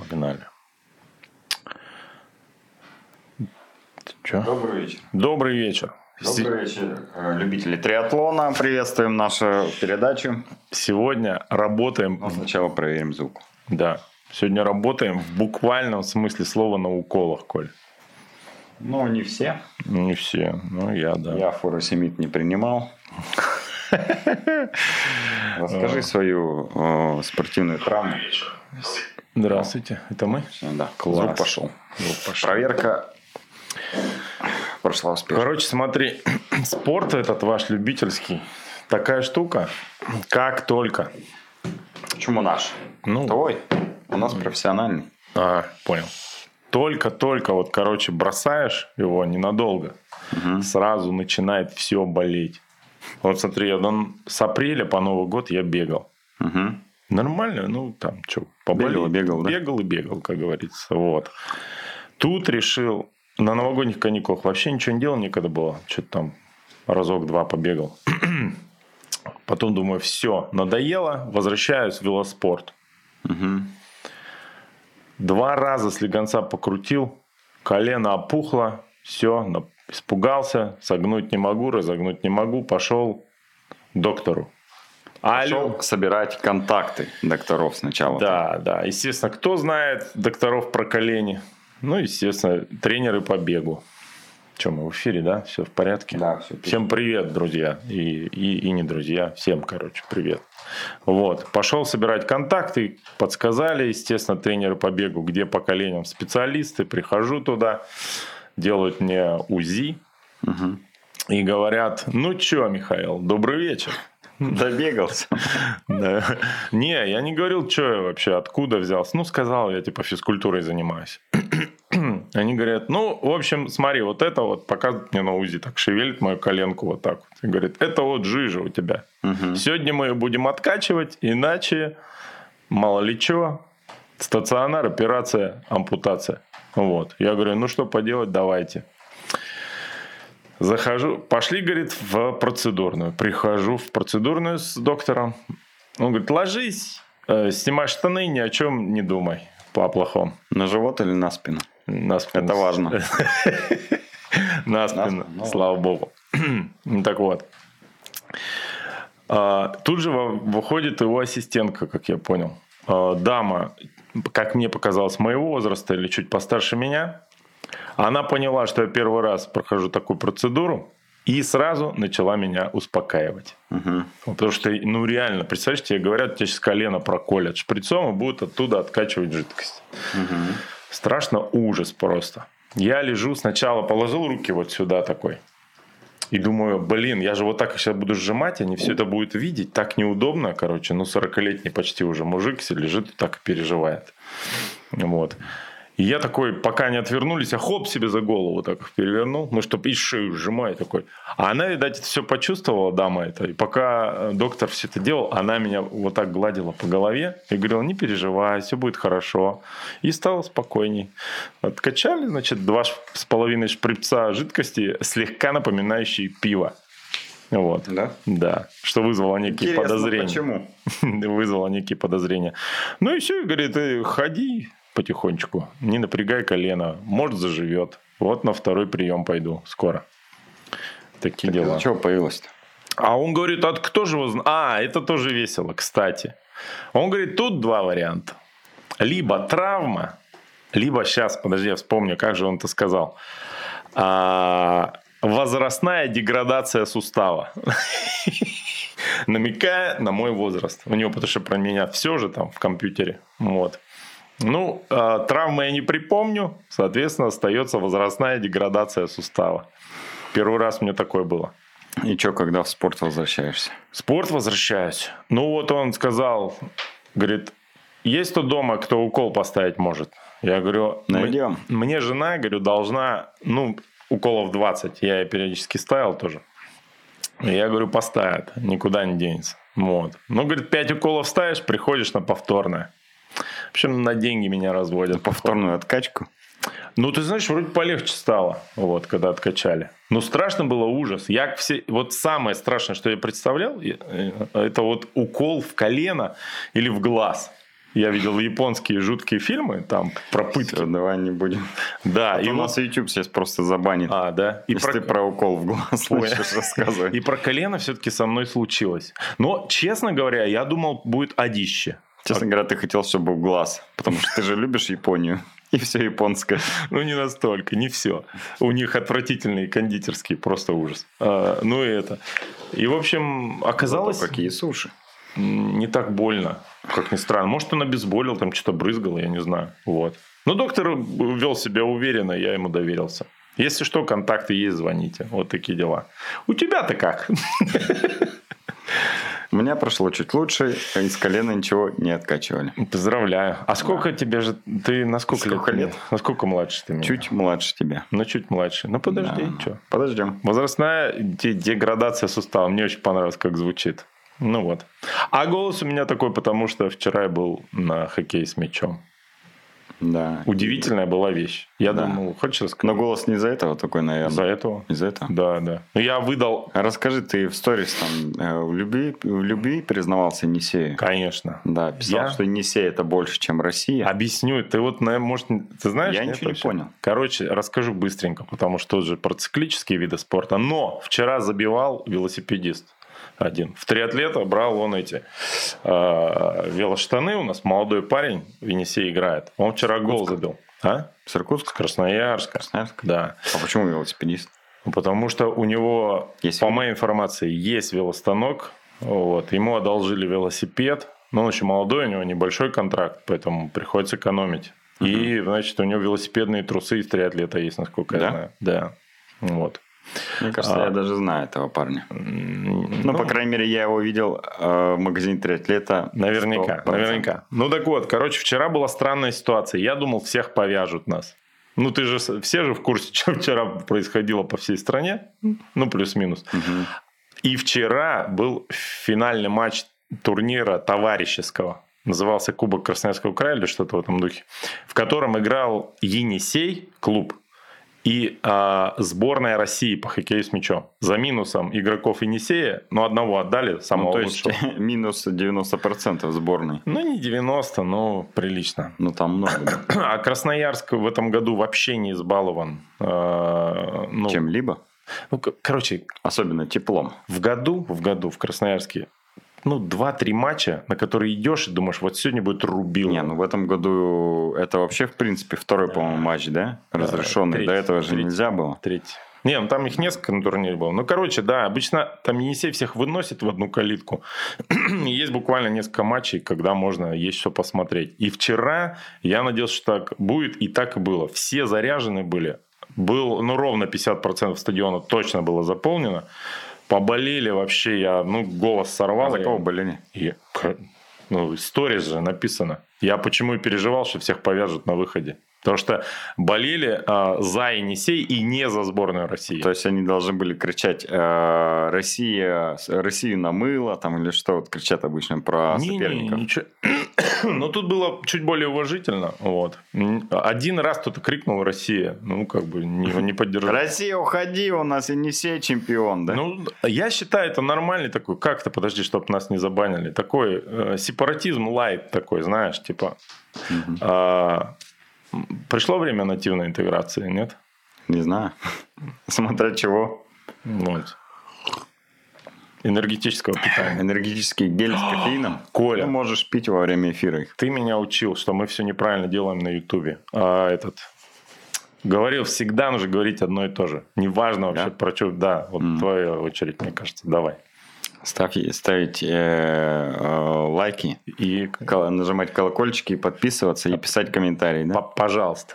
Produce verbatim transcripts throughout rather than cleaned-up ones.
Погнали. Чё? Добрый вечер. Добрый вечер. Добрый вечер, любители триатлона. Приветствуем нашу передачу. Сегодня работаем... Но сначала проверим звук. Да. Сегодня работаем в буквальном смысле слова на уколах, Коль. Ну, не все. Не все. Ну, я, да. Я фуросемид не принимал. Расскажи свою э, спортивную травму. Здравствуйте. Это мы? Да, Класс. звук пошел. Звук пошел. Проверка прошла успешно. Короче, смотри. Спорт этот ваш любительский. Такая штука, как только... Почему наш? Ну, Твой. У нас профессиональный. А, понял. Только-только вот, короче, бросаешь его ненадолго, Угу. сразу начинает все болеть. Вот смотри, я там с апреля по Новый год я бегал. Угу. Нормально, ну там что, поболел, Бегал и бегал, да? Бегал и бегал, как говорится. Вот. Тут решил, на новогодних каникулах вообще ничего не делал, никогда было. Что-то там разок-два побегал. Потом думаю, все, надоело, возвращаюсь в велоспорт. Угу. Два раза слегонца покрутил, колено опухло, все, испугался, согнуть не могу, разогнуть не могу, пошел к доктору. Алло. Пошел собирать контакты докторов сначала. Да, да. Естественно, кто знает докторов про колени? Ну, естественно, тренеры по бегу. Что, мы в эфире, да? Все в порядке? Да, все. Всем привет, друзья. И, и, и не друзья. Всем, короче, привет. Вот. Пошел собирать контакты. Подсказали, естественно, тренеры по бегу, где по коленям специалисты. Прихожу туда. Делают мне УЗИ. Угу. И говорят, ну что, Михаил, добрый вечер. Добегался. Да. Не, я не говорил, что я вообще, откуда взялся. Ну, сказал, я типа физкультурой занимаюсь. Они говорят, ну, в общем, смотри, вот это вот показывает мне на УЗИ, так шевелит мою коленку вот так вот. И говорит, это вот жижа у тебя. Угу. Сегодня мы ее будем откачивать, иначе, мало ли что, стационар, операция, ампутация. Вот. Я говорю, ну, что поделать, давайте. Захожу, пошли, говорит, в процедурную. Прихожу в процедурную с доктором. Он говорит, ложись, э, снимай штаны, ни о чем не думай по плохом. На живот или на спину? На спину. Это важно. На спину, слава богу. Так вот. Тут же выходит его ассистентка, как я понял. Дама, как мне показалось, моего возраста или чуть постарше меня. Она поняла, что я первый раз прохожу такую процедуру, и сразу начала меня успокаивать. Угу. Потому что, ну реально, представляешь, тебе говорят, тебе сейчас колено проколят шприцом и будут оттуда откачивать жидкость. Угу. Страшно, ужас просто. Я лежу, сначала положил руки вот сюда такой. И думаю, блин, я же вот так сейчас буду сжимать, они все это будут видеть. Так неудобно, короче. Ну, сорокалетний почти уже мужик лежит и так и переживает. Вот. И я такой, пока не отвернулись, я хоп себе за голову так перевернул, ну, чтобы и шею сжимать такой. А она, видать, это все почувствовала, дама эта. И пока доктор все это делал, она меня вот так гладила по голове и говорила, не переживай, все будет хорошо. И стало спокойней. Откачали, значит, два с половиной шприца жидкости, слегка напоминающей пиво. Вот. Да? Да. Что вызвало некие Интересно, подозрения. почему? Вызвало некие подозрения. Ну и все, говорит, ходи потихонечку, не напрягай колено, может заживет. Вот на второй прием пойду скоро. Такие Так дела. из-за чего появилось-то? А он говорит, а кто же его знает? А, это тоже весело, кстати. Он говорит, тут два варианта. Либо травма, либо сейчас, подожди, я вспомню, как же он это сказал. А, возрастная деградация сустава. Намекая на мой возраст. У него, потому что про меня все же там в компьютере. Вот. Ну, э, травмы я не припомню, соответственно, остается возрастная деградация сустава. Первый раз мне такое было. И что, когда в спорт возвращаешься? В спорт возвращаюсь. Ну, вот он сказал, говорит, есть кто дома, кто укол поставить может? Я говорю, найдем. Мне жена, говорю, должна, ну, уколов двадцать. Я ее периодически ставил тоже. Я говорю, поставят, никуда не денется. Вот. Ну, говорит, пять уколов ставишь, приходишь на повторное. В общем, на деньги меня разводят. На повторную откачку? Ну, ты знаешь, вроде полегче стало, вот, когда откачали. Но страшно было, ужас. Я все... Вот самое страшное, что я представлял, это вот укол в колено или в глаз. Я видел японские жуткие фильмы, там, про пытки. Все, давай не будем. Да, а и у нас вот... YouTube сейчас просто забанит. А, да? И если про... ты про укол в глаз начнешь рассказывать. И про колено все-таки со мной случилось. Но, честно говоря, я думал, будет одище. Честно говоря, ты хотел, чтобы в глаз. Потому что ты же любишь Японию. И все японское. Ну, не настолько, не все. У них отвратительные кондитерские, просто ужас. А, ну, и это. И, в общем, оказалось... Зато какие суши. Не так больно, как ни странно. Может, он обезболил, там что-то брызгал, я не знаю. Вот. Но доктор вел себя уверенно, я ему доверился. Если что, контакты есть, звоните. Вот такие дела. У тебя-то как? У меня прошло чуть лучше, из колена ничего не откачивали. Поздравляю. А сколько да. тебе же... Ты на сколько, сколько лет? лет? Насколько младше ты меня? Чуть младше тебя. Ну, чуть младше. Ну, подожди. Да. Что? Подождем. Возрастная деградация сустава. Мне очень понравилось, как звучит. Ну вот. А голос у меня такой, потому что вчера я был на хоккее с мячом. Да. Удивительная была вещь. Я да. думал, хочешь рассказать? Но голос не из-за этого такой, наверное. Из-за этого. Из-за этого? Да, да. Ну, я выдал... Расскажи, ты в сторис там в любви, в любви признавался Енисею? Конечно. Да, писал, я... что Енисей это больше, чем Россия. Объясню. Ты вот, может, ты знаешь? Я нет, ничего вообще? не понял. Короче, расскажу быстренько, потому что тоже про циклические виды спорта. Но вчера забивал велосипедист. Один. В триатлета брал он эти э, велоштаны. У нас молодой парень в Енисее играет. Он вчера гол забил. А? С Иркутска? Красноярск. Красноярск? Да. А почему велосипедист? Потому что у него, есть по вело... моей информации, есть велостанок. Вот. Ему одолжили велосипед. Но он еще молодой, у него небольшой контракт, поэтому приходится экономить. Uh-huh. И, значит, у него велосипедные трусы из триатлета есть, насколько да? я знаю. Да. Вот. Мне кажется, а, я даже знаю этого парня. Ну, ну, по крайней мере, я его видел э, в магазине триатлета. Наверняка, сто процентов. Наверняка. Ну, так вот, короче, вчера была странная ситуация. Я думал, всех повяжут нас. Ну, ты же, все же в курсе, что вчера происходило по всей стране. Ну, плюс-минус. Угу. И вчера был финальный матч турнира товарищеского. Назывался Кубок Красноярского края или что-то в этом духе. В котором играл Енисей, клуб. И э, сборная России по хоккею с мячом. За минусом игроков Енисея, но одного отдали, самого ну, то есть лучшего. Минус девяносто процентов сборной. Ну, не девяносто, но прилично. Ну, там много. А Красноярск в этом году вообще не избалован. Э, ну, чем-либо? Ну, короче... Особенно теплом. В году, в году в Красноярске ну, два-три матча, на которые идешь и думаешь, вот сегодня будет рубилово. Не, ну в этом году это вообще, в принципе, второй, по-моему, матч, да? Разрешенный. Третий, До этого же третий, нельзя было. Третий. Не, ну там их несколько на турнире было. Ну, короче, да, обычно там Енисей всех выносит в одну калитку. И есть буквально несколько матчей, когда можно есть что посмотреть. И вчера я надеялся, что так будет, и так и было. Все заряжены были. Был, ну, ровно пятьдесят процентов стадиона точно было заполнено. Поболели вообще, я, ну, голос сорвал. А за кого болели? И, ну, история же написана. Я почему и переживал, что всех повяжут на выходе. Потому что болели э, за Енисей и не за сборную России. То есть они должны были кричать э, «Россия, Россию намыло», там, или что вот кричат обычно про не, соперников? Не, ничего. Но тут было чуть более уважительно. Вот. Один раз кто-то крикнул «Россия». Ну, как бы не, не поддержал. «Россия, уходи, у нас Енисей чемпион», да? Ну, я считаю, это нормальный такой, как-то, подожди, чтобы нас не забанили. Такой э, сепаратизм лайт такой, знаешь, типа... Угу. Э, Пришло время нативной интеграции, нет? Не знаю. Смотря чего. Вот. Энергетического питания. Энергетический гель с кофеином. Коля. Ты можешь пить во время эфира их. Ты меня учил, что мы все неправильно делаем на Ютубе. А этот... Говорил, всегда нужно говорить одно и то же. Неважно вообще да? про что. Да, вот mm. твоя очередь, мне кажется. Давай. Ставь, ставить э, э, лайки, и кол- нажимать колокольчики, и подписываться, и писать комментарии. Да? Пожалуйста.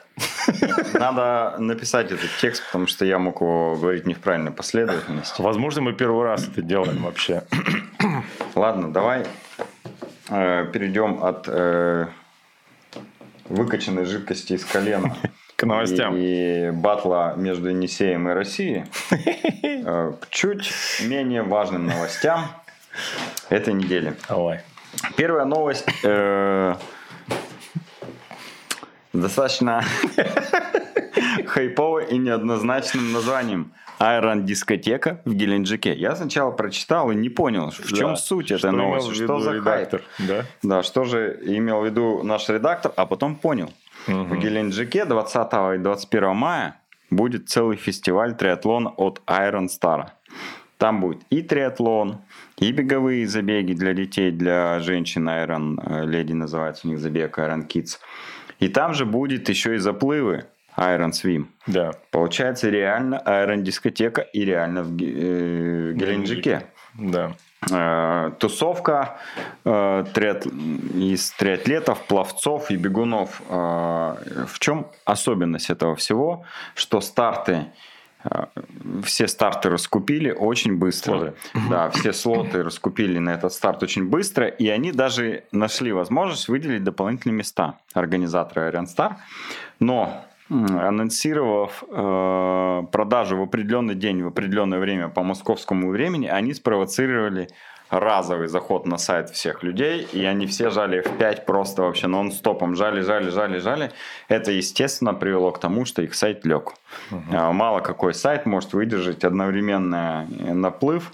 Надо написать этот текст, потому что я мог его говорить не в правильной последовательности. Возможно, мы первый раз это делаем вообще. Ладно, давай э, перейдем от э, выкачанной жидкости из колена к новостям и, и батла между Енисеем и Россией к чуть менее важным новостям этой недели. Давай. Первая новость э, достаточно хайповой и неоднозначным названием. Айрон-дискотека в Геленджике. Я сначала прочитал и не понял, в чем да. суть этой новости, что за редактор, хайп. Да? Да, что же имел в виду наш редактор, а потом понял. Угу. В Геленджике двадцатого и двадцать первого мая будет целый фестиваль триатлона от Iron Star. Там будет и триатлон, и беговые забеги для детей, для женщин. Iron Lady называется у них забег, Iron Kids. И там же будет еще и заплывы. Iron Swim. Да. Получается реально Iron дискотека и реально в э, Геленджике. Да. Э, тусовка э, триат... из триатлетов, пловцов и бегунов. Э, в чем особенность этого всего? Что старты, э, все старты раскупили очень быстро. Слоты. Да, все слоты раскупили на этот старт очень быстро. И они даже нашли возможность выделить дополнительные места, организаторы Iron Star. Но анонсировав э, продажу в определенный день, в определенное время по московскому времени, они спровоцировали разовый заход на сайт всех людей, и они все жали эф пять просто вообще нон-стопом, жали, жали, жали, жали. Это, естественно, привело к тому, что их сайт лег. Угу. Мало какой сайт может выдержать одновременный наплыв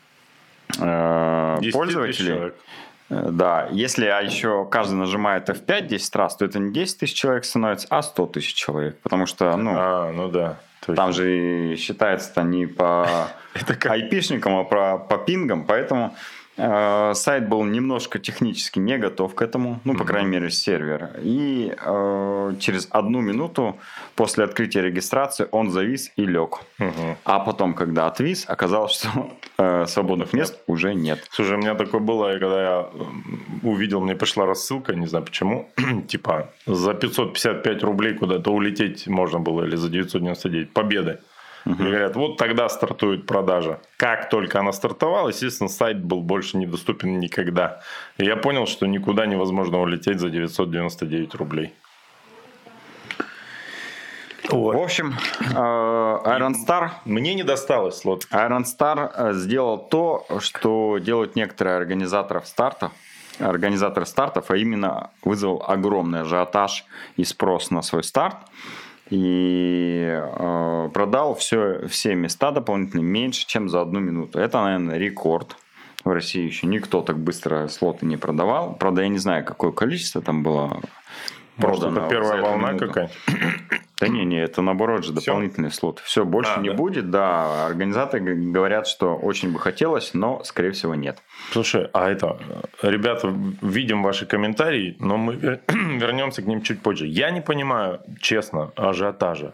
э, пользователей. Да, если а еще каждый нажимает эф пять десять раз, то это не десять тысяч человек становится, а сто тысяч человек. Потому что, ну, а, ну да, там же считается-то не по айпишникам, а по, по пингам, поэтому э, сайт был немножко технически не готов к этому, ну, по mm-hmm. крайней мере, сервер. И э, через одну минуту после открытия регистрации он завис и лег. Mm-hmm. А потом, когда отвис, оказалось, что э, свободных мест нет. уже нет. Слушай, у меня такое было, когда я увидел, мне пришла рассылка, не знаю почему, типа за пятьсот пятьдесят пять рублей куда-то улететь можно было, или за девятьсот девяносто девять, победы. Uh-huh. И говорят, вот тогда стартует продажа. Как только она стартовала, естественно, сайт был больше недоступен никогда. И я понял, что никуда невозможно улететь за девятьсот девяносто девять рублей. Вот. В общем, Iron Star... Мне не досталось слот. Iron Star сделал то, что делают некоторые организаторы стартов. Организаторы стартов, а именно вызвал огромный ажиотаж и спрос на свой старт. И э, продал все, все места дополнительно меньше, чем за одну минуту. Это, наверное, рекорд. В России еще никто так быстро слоты не продавал. Правда, я не знаю, какое количество там было продано. Может, это первая волна какая-то? Да не, не, это наоборот же дополнительные Все? слоты. Все, больше а, не да? будет, да. Организаторы говорят, что очень бы хотелось, но, скорее всего, нет. Слушай, а это, ребята, видим ваши комментарии, но мы вернемся к ним чуть позже. Я не понимаю, честно, ажиотажа.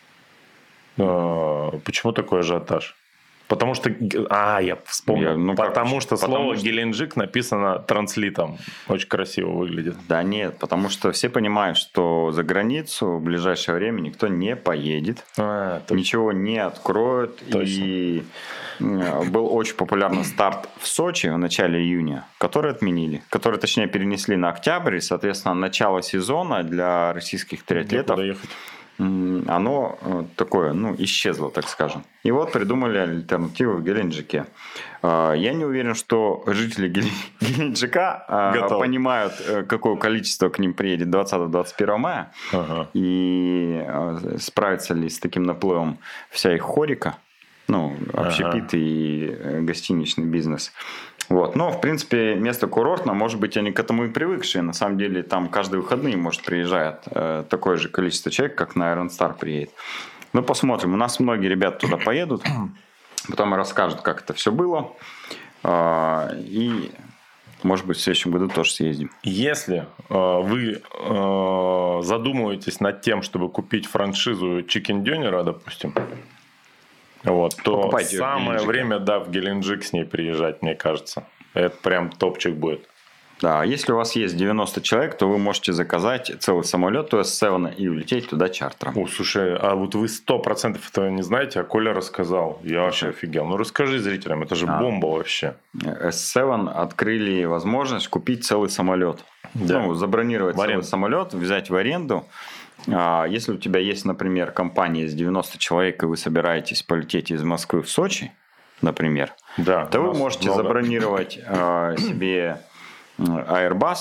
Почему такой ажиотаж? Потому что... А, я вспомнил. Я, ну, потому как, что потому слово что... Геленджик написано транслитом. Очень красиво выглядит. Да нет, потому что все понимают, что за границу в ближайшее время никто не поедет. А, ничего не откроют. Точно. И был очень популярный старт в Сочи в начале июня, который отменили. Который, точнее, перенесли на октябрь. И, соответственно, начало сезона для российских триатлетов... Куда ехать? Оно такое, ну, исчезло, так скажем. И вот придумали альтернативу в Геленджике. Я не уверен, что жители Геленджика Готов. понимают, какое количество к ним приедет двадцатого-двадцать первого мая. Ага. И справится ли с таким наплывом вся их хорика, ну, общепит ага. и гостиничный бизнес. Вот. Но, в принципе, место курортное, может быть, они к этому и привыкшие. На самом деле, там каждые выходные, может, приезжает э, такое же количество человек, как на Iron Star приедет. Ну, посмотрим. У нас многие ребята туда поедут, потом расскажут, как это все было. Э, и, может быть, в следующем году тоже съездим. Если э, вы э, задумываетесь над тем, чтобы купить франшизу чикен-дёнера, допустим, вот, то покупайте самое время, да, в Геленджик с ней приезжать, мне кажется. Это прям топчик будет. Да, если у вас есть девяносто человек, то вы можете заказать целый самолет ту эс семь и улететь туда чартером. О, слушай, а вот вы сто процентов этого не знаете, а Коля рассказал. Я вообще офигел. Ну, расскажи зрителям, это же а. бомба вообще. эс семь открыли возможность купить целый самолет. Да. Ну, забронировать целый самолет, взять в аренду. Если у тебя есть, например, компания из девяноста человек, и вы собираетесь полететь из Москвы в Сочи, например, да, то вы можете много. забронировать э, себе Airbus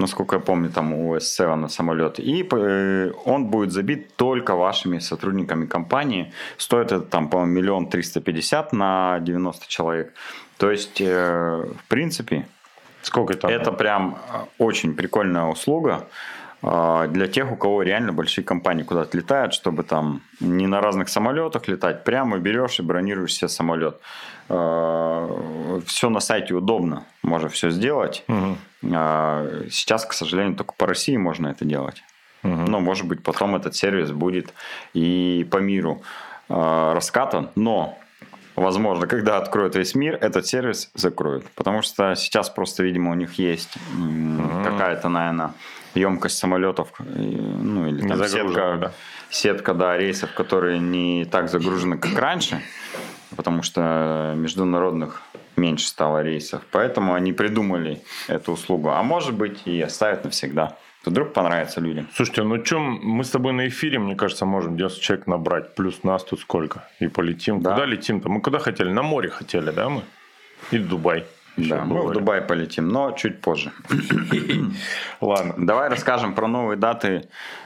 насколько я помню, там у эс семь самолет, и он будет забит только вашими сотрудниками компании. Стоит это там, по-моему, миллион триста пятьдесят на девяносто человек. То есть, в принципе, сколько там? Это прям очень прикольная услуга для тех, у кого реально большие компании куда-то летают, чтобы там не на разных самолетах летать, прямо берешь и бронируешь себе самолет. Все на сайте удобно, можно все сделать. Угу. Сейчас, к сожалению, только по России можно это делать. Угу. Но, может быть, потом этот сервис будет и по миру раскатан. Но, возможно, когда откроют весь мир, этот сервис закроют. Потому что сейчас просто, видимо, у них есть угу. какая-то, наверное, емкость самолетов, ну, или там сетка, да. сетка да, рейсов, которые не так загружены, как раньше. Потому что международных меньше стало рейсов. Поэтому они придумали эту услугу. А может быть, и оставят навсегда. Вдруг понравится людям. Слушайте, ну что, мы с тобой на эфире, мне кажется, можем девяносто человек набрать. Плюс нас тут сколько. И полетим. Да. Куда летим-то? Мы куда хотели? На море хотели, да, мы? И в Дубай. Да, мы в Дубай полетим, но чуть позже. Ладно. Давай расскажем про новые даты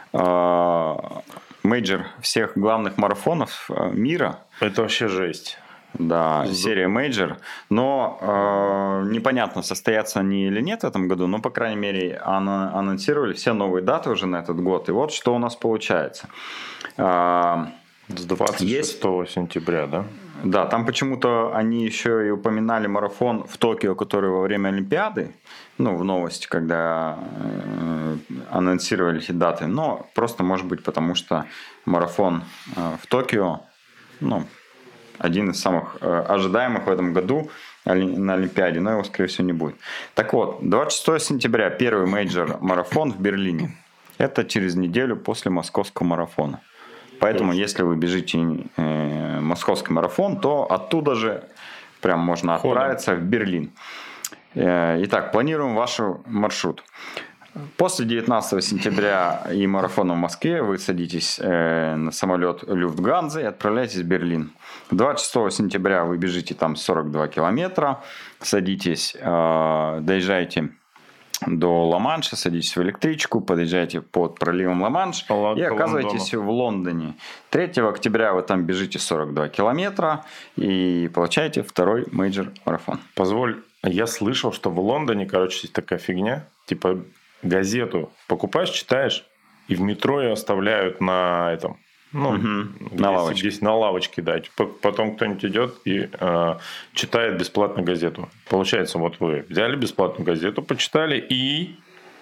мейджор всех главных марафонов мира. Это вообще жесть. Да, серия мейджор. Но э, непонятно, состоятся они или нет в этом году. Но, по крайней мере, ан- анонсировали все новые даты уже на этот год. И вот что у нас получается. Э, С двадцать шестого есть... сентября, да? Да, там почему-то они еще и упоминали марафон в Токио, который во время Олимпиады. Ну, в новости, когда э, анонсировали эти даты. Но просто, может быть, потому что марафон э, в Токио, ну, один из самых э, ожидаемых в этом году на Олимпиаде, но его, скорее всего, не будет. Так вот, двадцать шестого сентября первый мейджор-марафон в Берлине. Это через неделю после московского марафона. Поэтому, если вы бежите э, московский марафон, то оттуда же прям можно отправиться Ходом. в Берлин. Э, итак, планируем ваш маршрут. После девятнадцатого сентября и марафона в Москве вы садитесь э, на самолет Люфтганзы и отправляетесь в Берлин. двадцать шестого сентября вы бежите там сорок два километра, садитесь, э, доезжаете до Ла-Манша, садитесь в электричку, подъезжаете под проливом Ла-Манш и оказываетесь в Лондоне. третьего октября вы там бежите сорок два километра и получаете второй мейджор-марафон. Позволь, я слышал, что в Лондоне, короче, есть такая фигня, типа газету покупаешь, читаешь, и в метро ее оставляют на этом, ну, угу. на лавочке. Здесь на лавочке, да. Потом кто-нибудь идет и э, читает бесплатно газету. Получается, вот вы взяли бесплатную газету, почитали и...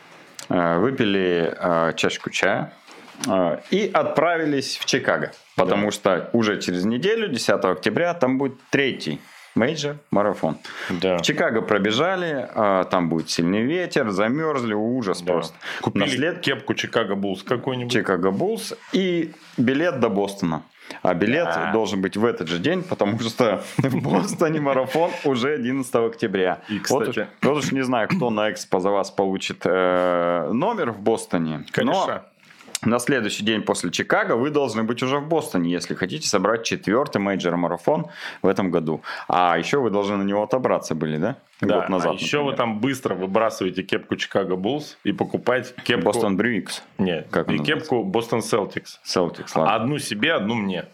Выпили э, чашку чая э, и отправились в Чикаго. Потому да. что уже через неделю, десятого октября, там будет третий мейджор-марафон. Да. В Чикаго пробежали, а, там будет сильный ветер, замерзли, ужас да. просто. Купили Наслед... кепку Чикаго Буллс какой-нибудь. Чикаго Буллс и билет до Бостона. А билет да. должен быть в этот же день, потому что в Бостоне марафон уже одиннадцатого октября. И, кстати... Вот уж, вот уж не знаю, кто на Экспо за вас получит э, номер в Бостоне. Конечно. Но... На следующий день после Чикаго вы должны быть уже в Бостоне, если хотите собрать четвертый мейджор-марафон в этом году. А еще вы должны на него отобраться были, да? Да, год назад, а еще например. Вы там быстро выбрасываете кепку Чикаго Буллс и покупаете кепку... Бостон Брюикс. Нет, как и кепку Бостон Селтикс. Селтикс, ладно. Одну себе, одну мне.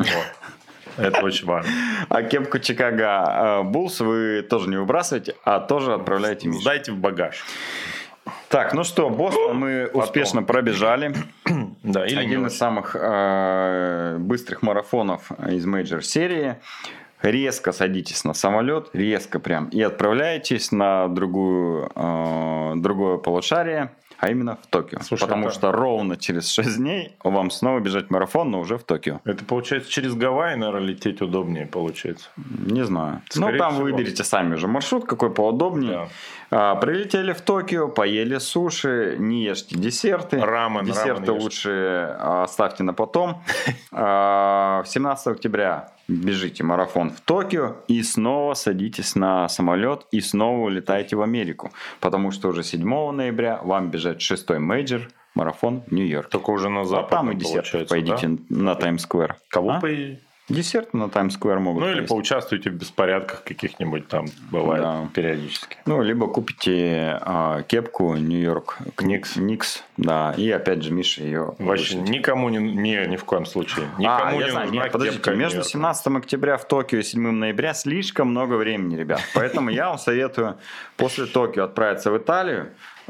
Это очень важно. А кепку Чикаго Буллс вы тоже не выбрасываете, а тоже отправляете Мише. Сдайте в багаж. Так, ну что, Бостон мы Потом. успешно пробежали. Да, или Один из самых э, быстрых марафонов из мейджор-серии. Резко садитесь на самолет, резко прям, и отправляетесь на другую, э, другое полушарие, а именно в Токио. Слушай, потому это... что ровно через шесть дней вам снова бежать марафон, но уже в Токио. Это получается через Гавайи, наверное, лететь удобнее получается. Не знаю. Скорее ну, там всего. Вы выберете сами уже маршрут, какой поудобнее. Да. А, прилетели в Токио, поели суши, не ешьте десерты. Рамен, Десерты рамен лучше оставьте на потом. семнадцатого октября бежите марафон в Токио и снова садитесь на самолет и снова улетаете в Америку. Потому что уже седьмого ноября вам бежать шестой мейджор марафон в Нью-Йорк. Только уже на запад. А там и десерт пойдите да? на Таймс-сквер. Кого а? по... Десерт на Таймс-сквер могут Ну, или повесить. поучаствуйте в беспорядках каких-нибудь там, бывает, да. периодически. Ну, либо купите а, кепку Нью-Йорк Никс. Никс, да, и опять же Миша ее... Вообще вышить. Никому не, не, ни в коем случае. Никому а, не я знаю, нужна нет, подождите, между семнадцатым октября в Токио и седьмым ноября слишком много времени, ребят. Поэтому я вам советую после Токио отправиться в Италию.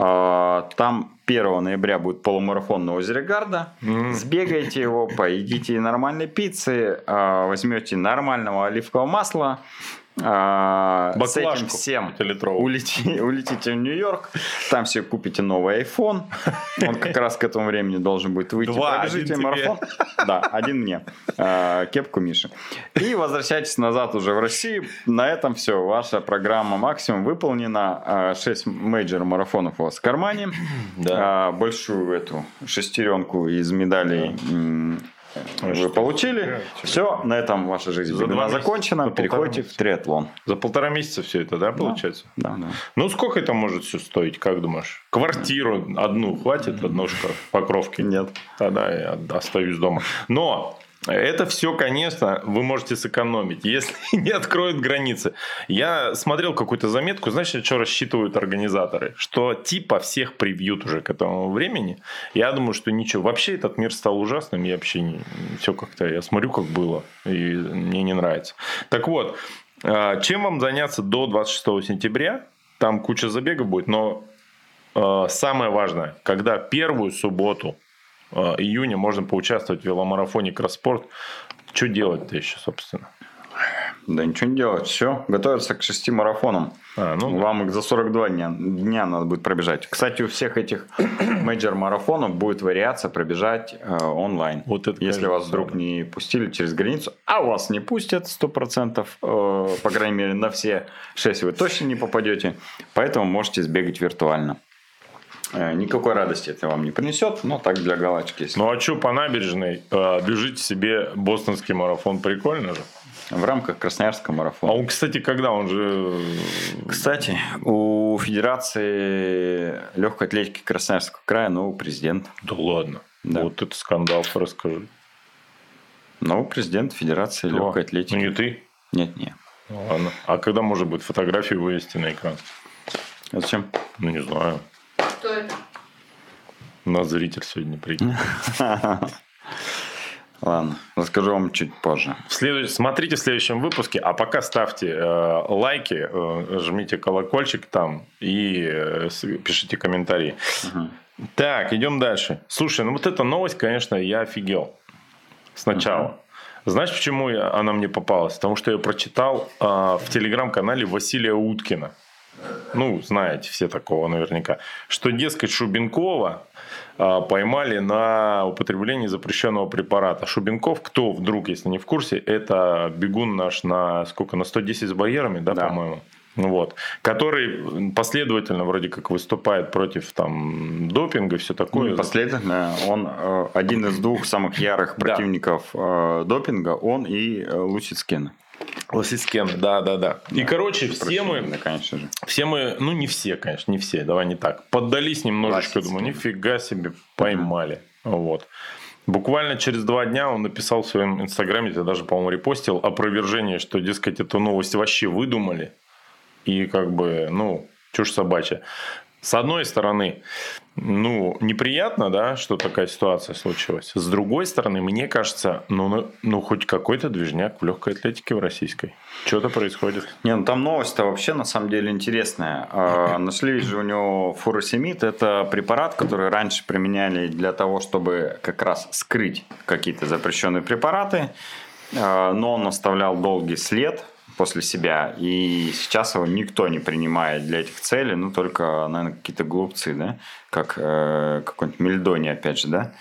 Там первого ноября будет полумарафон на озере Гарда. Mm. Сбегайте его, поедите нормальной пиццы, возьмете нормального оливкового масла. Баклажку с этим всем улети, улетите в Нью-Йорк, там себе купите новый iPhone, он как раз к этому времени должен будет выйти. Два, пробежите марафон. Да, один мне, кепку Миши. И возвращайтесь назад уже в Россию. На этом все, ваша программа максимум выполнена. шесть мейджор марафонов у вас в кармане. Да. Большую эту шестеренку из медалей вы получили. Все, на этом ваша жизнь за закончена. Переходите в триатлон. За полтора месяца все это, да, получается? Да, да. Ну, сколько это может все стоить, как думаешь? Квартиру одну хватит, однушка в Покровке? Нет. Тогда я остаюсь дома. Но это все, конечно, вы можете сэкономить, если не откроют границы. Я смотрел какую-то заметку, знаешь, что рассчитывают организаторы? Что типа всех привьют уже к этому времени. Я думаю, что ничего. Вообще этот мир стал ужасным. Я вообще не... Все как-то... Я смотрю, как было. И мне не нравится. Так вот, чем вам заняться до двадцать шестого сентября? Там куча забегов будет. Но самое важное, когда первую субботу июня можно поучаствовать в веломарафоне Кросспорт. Что делать-то еще, собственно? Да ничего не делать. Все, готовиться к шести марафонам. А, ну Вам да. их за сорок два дня, дня надо будет пробежать. Кстати, у всех этих мейджор-марафонов будет вариация пробежать э, онлайн. Вот это, Если вас вдруг да. не пустили через границу, а вас не пустят сто процентов, э, по крайней мере, на все шесть вы точно не попадете. Поэтому можете сбегать виртуально. Никакой радости это вам не принесет, но так для галочки. Если... Ну а что по набережной э, бежите себе бостонский марафон, прикольно же. В рамках Красноярского марафона. А он, кстати, когда он же... Кстати, у Федерации легкой атлетики Красноярского края новый президент. Да ладно. Да. Вот это скандал, расскажи. Новый президент Федерации Кто? легкой атлетики. Ну не ты? Нет, нет. Ну, ладно. А когда может быть фотографию вывести на экран? Зачем? Ну не знаю. Кто это? У нас зритель сегодня придет. Ладно, расскажу вам чуть позже. В следующ... Смотрите в следующем выпуске, а пока ставьте э, лайки, э, жмите колокольчик там и э, пишите комментарии. Угу. Так, идем дальше. Слушай, ну вот эта новость, конечно, я офигел сначала. Угу. Знаешь, почему я, она мне попалась? Потому что я прочитал э, в телеграм-канале Василия Уткина. Ну, знаете все такого наверняка. Что, дескать, Шубенкова а, поймали на употреблении запрещенного препарата. Шубенков, кто вдруг, если не в курсе, это бегун наш на сколько? На сто десять с барьерами, да, да. по-моему? Вот. Который последовательно вроде как выступает против там, допинга и все такое. Ну, последовательно. Он э, один из двух самых ярых противников э, допинга. Он и э, Лусицкин. Лосискен, да, да, да. И, да, короче, все мы, да, конечно же. все мы, ну, не все, конечно, не все, давай не так, поддались немножечко, Лосискен. Думаю, нифига себе, поймали. Mm-hmm. Вот. Буквально через два дня он написал в своем инстаграме, я даже, по-моему, репостил, опровержение, что, дескать, эту новость вообще выдумали. И как бы, ну, чушь собачья. С одной стороны, ну, неприятно, да, что такая ситуация случилась. С другой стороны, мне кажется, ну, ну, ну хоть какой-то движняк в легкой атлетике в российской. Что-то происходит. Не, ну там новость-то вообще на самом деле интересная. А, нашли же у него фуросемид. Это препарат, который раньше применяли для того, чтобы как раз скрыть какие-то запрещенные препараты. А, но он оставлял долгий след после себя, и сейчас его никто не принимает для этих целей, ну, только, наверное, какие-то глупцы, да, как э, какой-нибудь Мельдони, опять же, да.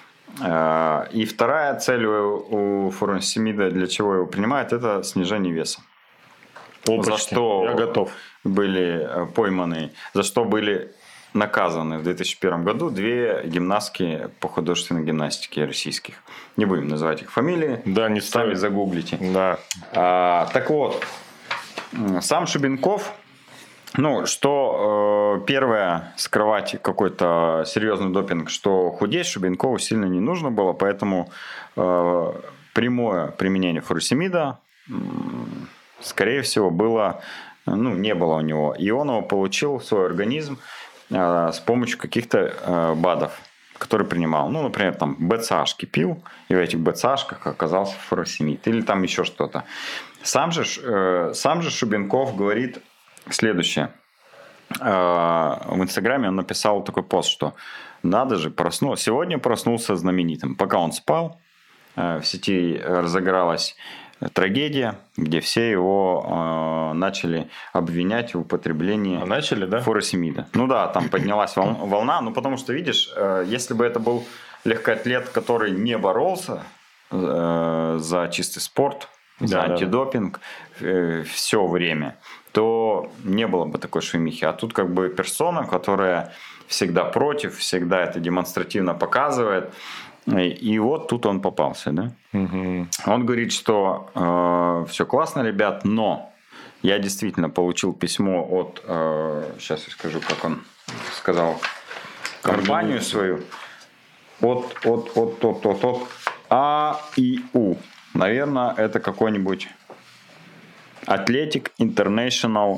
Э, и вторая цель у, у фуросемида, для чего его принимают, это снижение веса. Опачки. За что Я готов. Были пойманы, за что были наказаны в две тысячи первом году две гимнастки по художественной гимнастике российских. Не будем называть их фамилии. Да, не сами стоит. Загуглите. Да. А, так вот, сам Шубенков, ну, что э, первое, скрывать какой-то серьезный допинг, что худеть Шубенкову сильно не нужно было, поэтому э, прямое применение фуросемида, скорее всего, было, ну, не было у него. И он его получил в свой организм э, с помощью каких-то э, БАДов, которые принимал. Ну, например, там БЦАшки пил, и в этих БЦАшках оказался фуросемид. Или там еще что-то. Сам же, э, сам же Шубенков говорит следующее. Э, в Инстаграме он написал такой пост, что надо же, проснулся. Сегодня проснулся знаменитым. Пока он спал, э, в сети разыгралась трагедия, где все его э, начали обвинять в употреблении а начали, да? фуросемида. Ну да, там поднялась вол- волна, ну потому что, видишь, э, если бы это был легкоатлет, который не боролся э, за чистый спорт, за да, антидопинг да. э, все время, то не было бы такой шумихи. А тут как бы персона, которая всегда против, всегда это демонстративно показывает. И вот тут он попался, да? Угу. Он говорит, что э, все классно, ребят, но я действительно получил письмо от, э, сейчас я скажу, как он сказал, компанию свою, от, от, от, от, от, от А и У. Наверное, это какой-нибудь Athletic International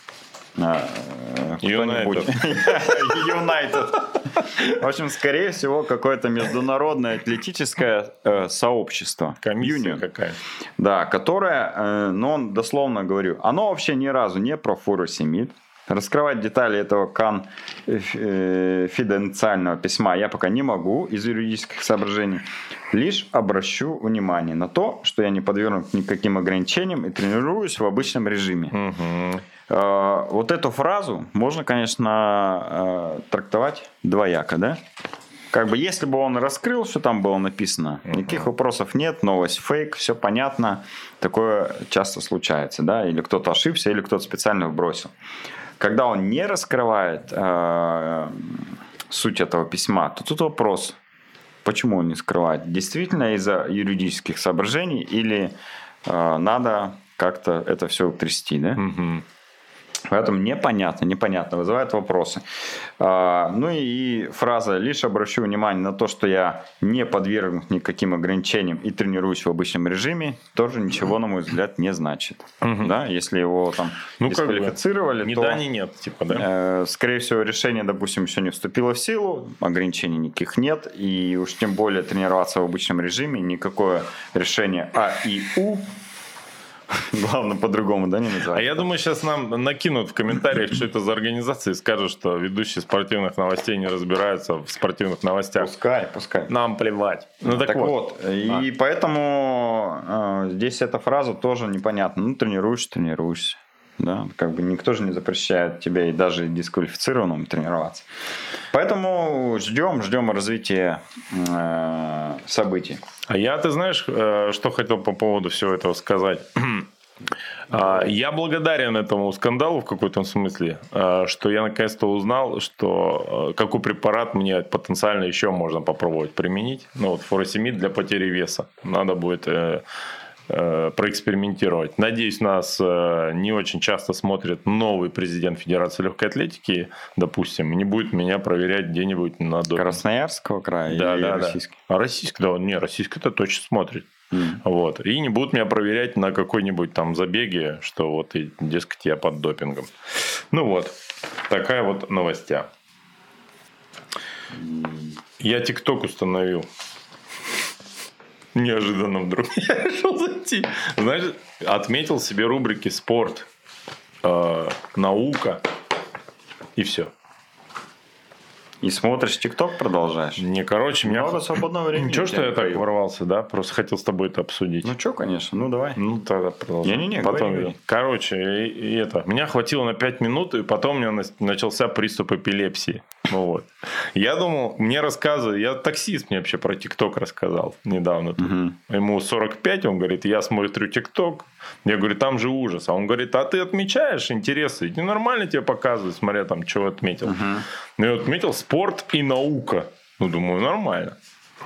Юнайтед. Юнайтед. В общем, скорее всего, какое-то международное атлетическое э, сообщество. Комиссия какая. Да, которое, э, ну, он дословно говорю, оно вообще ни разу не про фуросемид. Раскрывать детали этого конфиденциального письма я пока не могу из юридических соображений. Лишь обращу внимание на то, что я не подвергнут никаким ограничениям и тренируюсь в обычном режиме. Угу. Вот эту фразу можно, конечно, трактовать двояко, да? Как бы, если бы он раскрыл, что там было написано, uh-huh. никаких вопросов нет, новость фейк, все понятно, такое часто случается, да? Или кто-то ошибся, или кто-то специально вбросил. Когда он не раскрывает э, суть этого письма, то тут вопрос, почему он не скрывает? Действительно из-за юридических соображений или э, надо как-то это все утрясти, да? Uh-huh. Поэтому непонятно, непонятно, вызывает вопросы. А, ну и фраза «лишь обращу внимание на то, что я не подвергнут никаким ограничениям и тренируюсь в обычном режиме», тоже ничего, на мой взгляд, не значит. Угу. Да? Если его там ну, дисквалифицировали, как бы, ни то, да, ни нет, типа, да? э, скорее всего, решение, допустим, еще не вступило в силу, ограничений никаких нет, и уж тем более тренироваться в обычном режиме, никакое решение А и У, главное, по-другому, да, не называть? А я думаю, сейчас нам накинут в комментариях, что это за организация, и скажут, что ведущие спортивных новостей не разбираются в спортивных новостях. Пускай, пускай. Нам плевать. Ну, так, так вот. вот. И а. поэтому э, здесь эта фраза тоже непонятна. Ну, тренируешься, тренируешься. Да, как бы никто же не запрещает тебе и даже дисквалифицированным тренироваться. Поэтому ждем, ждем развития э, событий. А я, ты знаешь, что хотел по поводу всего этого сказать? Я благодарен этому скандалу в какой-то смысле, что я наконец-то узнал, что какой препарат мне потенциально еще можно попробовать применить. Ну, вот фуросемид для потери веса. Надо будет проэкспериментировать. Надеюсь, нас не очень часто смотрит новый президент Федерации легкой атлетики, допустим, не будет меня проверять где-нибудь на допинг. Красноярского края да, или да, российский? Да. А российский, да, не, российский-то точно смотрит. Mm. Вот. И не будут меня проверять на какой-нибудь там забеге, что вот, и, дескать, я под допингом. Ну вот, такая вот новостя. Я ТикТок установил. Неожиданно вдруг я решил зайти. Знаешь, отметил себе рубрики «Спорт», э, «Наука» и все. И смотришь ТикТок, продолжаешь? Не, короче, меня... Много свободного времени. Ничего, что я так ворвался, да? Просто хотел с тобой это обсудить. Ну, что, конечно. Ну, давай. Ну, тогда продолжай. Не-не-не, потом говори. Короче, и, и это... Меня хватило на пять минут, и потом у меня начался приступ эпилепсии. Ну, вот. Я думал, мне рассказывают... Я таксист мне вообще про ТикТок рассказал недавно. Угу. Ему сорок пять, он говорит, я смотрю ТикТок. Я говорю, там же ужас. А он говорит, а ты отмечаешь интересы? И нормально тебе показывают, смотря там, что отметил. Угу. Ну, я отметил спорт и наука. Ну, думаю, нормально.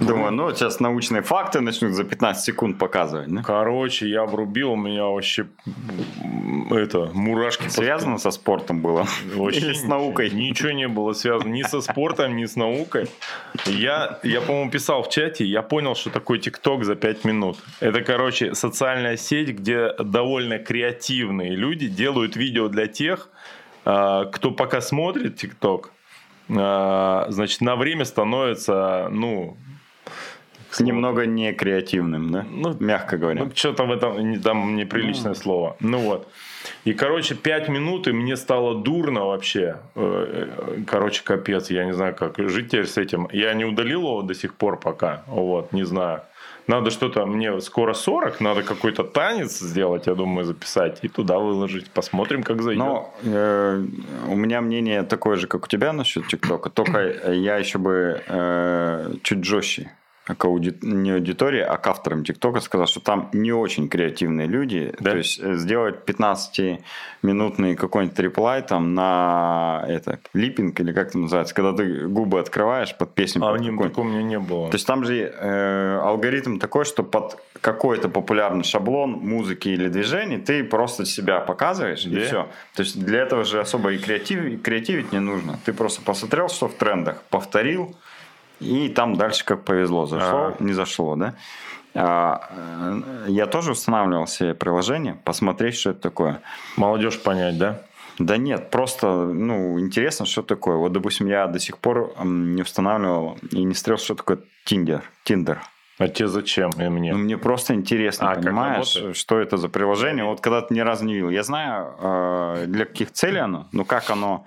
Думаю, ну, сейчас научные факты начнут за пятнадцать секунд показывать. Да? Короче, я врубил, у меня вообще это, мурашки. Связано со спортом было? Вообще или с наукой? Ничего не было связано ни со спортом, ни с наукой. Я, я, по-моему, писал в чате, я понял, что такое ТикТок за пять минут. Это, короче, социальная сеть, где довольно креативные люди делают видео для тех, кто пока смотрит ТикТок, значит, на время становится, ну... Немного не креативным, да? Ну, мягко говоря. Ну, что-то в этом там неприличное mm. слово. Ну вот. И, короче, пять минут, и мне стало дурно вообще. Короче, капец, я не знаю, как жить теперь с этим. Я не удалил его до сих пор пока. Вот, не знаю. Надо что-то, мне скоро сорок, надо какой-то танец сделать, я думаю, записать и туда выложить. Посмотрим, как зайдет. Но э, у меня мнение такое же, как у тебя насчет ТикТока. Только я еще бы э, чуть жестче. К ауди... не аудитории, а к авторам ТикТока сказал, что там не очень креативные люди. Да? То есть сделать пятнадцатиминутный какой-нибудь реплай там на это, липпинг, или как это называется, когда ты губы открываешь под песню. А под ним такого у меня не было. То есть там же э, алгоритм такой, что под какой-то популярный шаблон музыки или движений ты просто себя показываешь, да? И все. То есть для этого же особо и, креатив... и креативить не нужно. Ты просто посмотрел, что в трендах, повторил, и там дальше как повезло. Зашло, А-а-а. не зашло, да? А, я тоже устанавливал себе приложение, посмотреть, что это такое. Молодежь понять, да? Да нет, просто, ну, интересно, что такое. Вот, допустим, я до сих пор не устанавливал и не стрел, что такое Tinder. Tinder. А тебе зачем и мне? Ну, мне просто интересно, а, понимаешь, что это за приложение. Вот когда ты ни разу не видел. Я знаю, для каких целей оно, но как оно...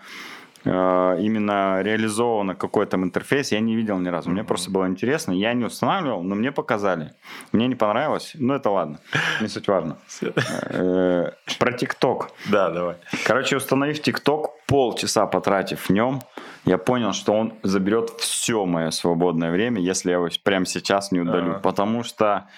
именно реализовано какой-то там интерфейс, я не видел ни разу. Мне mm-hmm. просто было интересно. Я не устанавливал, но мне показали. Мне не понравилось. Ну, это ладно. Не суть важно. Про ТикТок. Да, давай. Короче, установив ТикТок, полчаса потратив в нем, я понял, что он заберет все мое свободное время, если я его прямо сейчас не удалю. Uh-huh. Потому что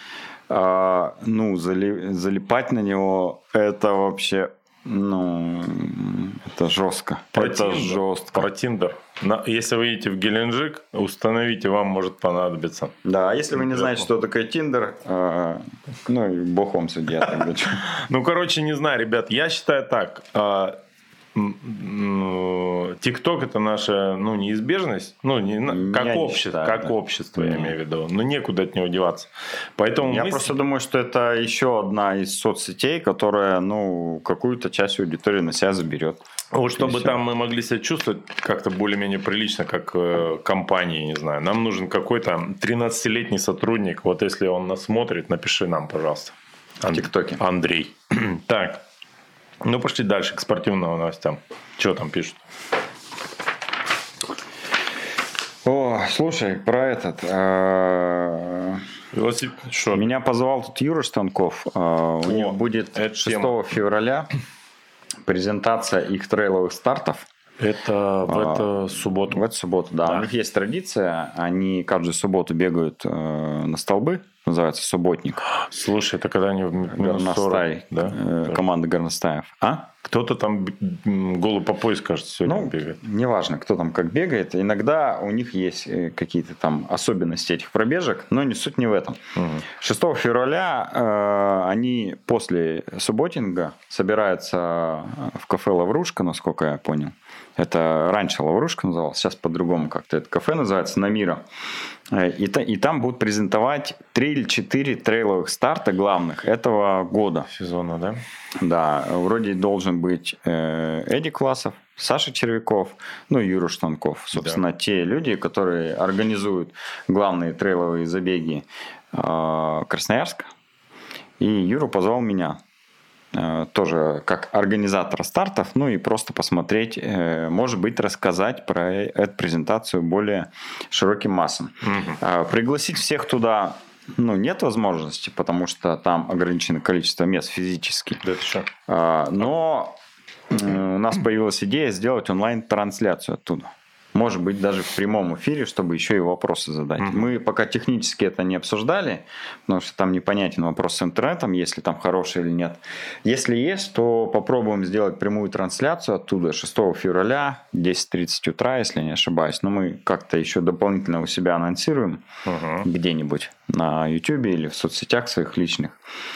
ну, залипать на него, это вообще... Ну, это жестко. Про это Tinder. жестко. Про Tinder. Если вы едете в Геленджик, установите, вам может понадобиться. Да, а если вы не знаете, что такое Tinder, э, ну, и бог вам судья. Тогда. Ну, короче, не знаю, ребят, я считаю так. ТикТок это наша, ну, неизбежность, ну, не, как, общество, считаю, как да. общество, я mm. имею в виду, но некуда от него деваться. Поэтому я мы... просто думаю, что это еще одна из соцсетей, которая, ну, какую-то часть аудитории на себя заберет. Вот чтобы там мы могли себя чувствовать как-то более-менее прилично, как э, компании, не знаю. Нам нужен какой-то тринадцатилетний сотрудник. Вот если он нас смотрит, напиши нам, пожалуйста. В ТикТоке. Андрей. Так. Ну, пошли дальше к спортивным новостям. Что там пишут? О, слушай, про этот... Велосипед. Что? Меня позвал тут Юра Станков. У него будет шестого февраля презентация их трейловых стартов. Это в а, эту субботу? В эту субботу, да. да. У них есть традиция. Они каждую субботу бегают э, на столбы. Называется субботник. Слушай, это когда они в минус сорок, да? э, команда горностаев. А? Кто-то там голый по пояс, кажется, сегодня ну, бегает. Неважно, кто там как бегает. Иногда у них есть какие-то там особенности этих пробежек, но не суть не в этом. Угу. шестого февраля э, они после субботинга собираются в кафе «Лаврушка», насколько я понял. Это раньше «Лаврушка» называлось, сейчас по-другому как-то это кафе называется, на Мира. И, и там будут презентовать три или четыре трейловых старта главных этого года. Сезона, да? Да, вроде должен быть э, Эдди Классов, Саша Червяков, ну и Юра Штанков. Собственно, да. Те люди, которые организуют главные трейловые забеги э, Красноярска. И Юра позвал меня. Тоже как организатора стартов, ну и просто посмотреть, может быть, рассказать про эту презентацию более широким массам. Угу. Пригласить всех туда, ну, нет возможности, потому что там ограниченное количество мест физически. Да, это что? Но у нас появилась идея сделать онлайн-трансляцию оттуда. может быть, даже в прямом эфире, чтобы еще и вопросы задать. Mm-hmm. Мы пока технически это не обсуждали, потому что там непонятен вопрос с интернетом, если там хороший или нет. Если есть, то попробуем сделать прямую трансляцию оттуда шестого февраля, десять тридцать утра, если не ошибаюсь. Но мы как-то еще дополнительно у себя анонсируем mm-hmm. где-нибудь на YouTube или в соцсетях своих личных,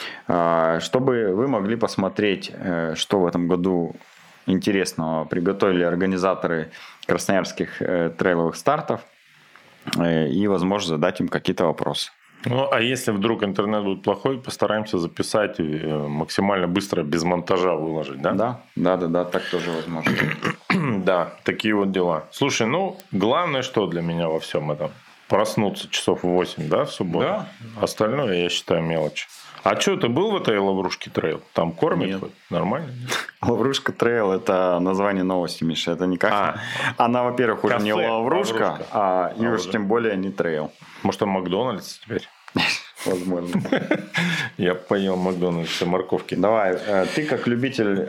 чтобы вы могли посмотреть, что в этом году интересного приготовили организаторы красноярских э, трейловых стартов э, и, возможно, задать им какие-то вопросы. Ну, а если вдруг интернет будет плохой, постараемся записать и максимально быстро, без монтажа выложить, да? Да, да, да, да, так тоже возможно. Да, такие вот дела. Слушай, ну, главное, что для меня во всем этом? Проснуться часов в восемь, да, в субботу? Да. Остальное, я считаю, мелочь. А что, ты был в этой Лаврушке трейл? Там кормят? Нет. Хоть? Нормально? Лаврушка трейл – это название новости, Миша. Это никак. А. Она, во-первых, уже Кафе, не Лаврушка, Лаврушка. а и а уж уже. тем более не трейл. Может, там Макдональдс теперь? Возможно. Я поел Макдональдса морковки. Давай, ты как любитель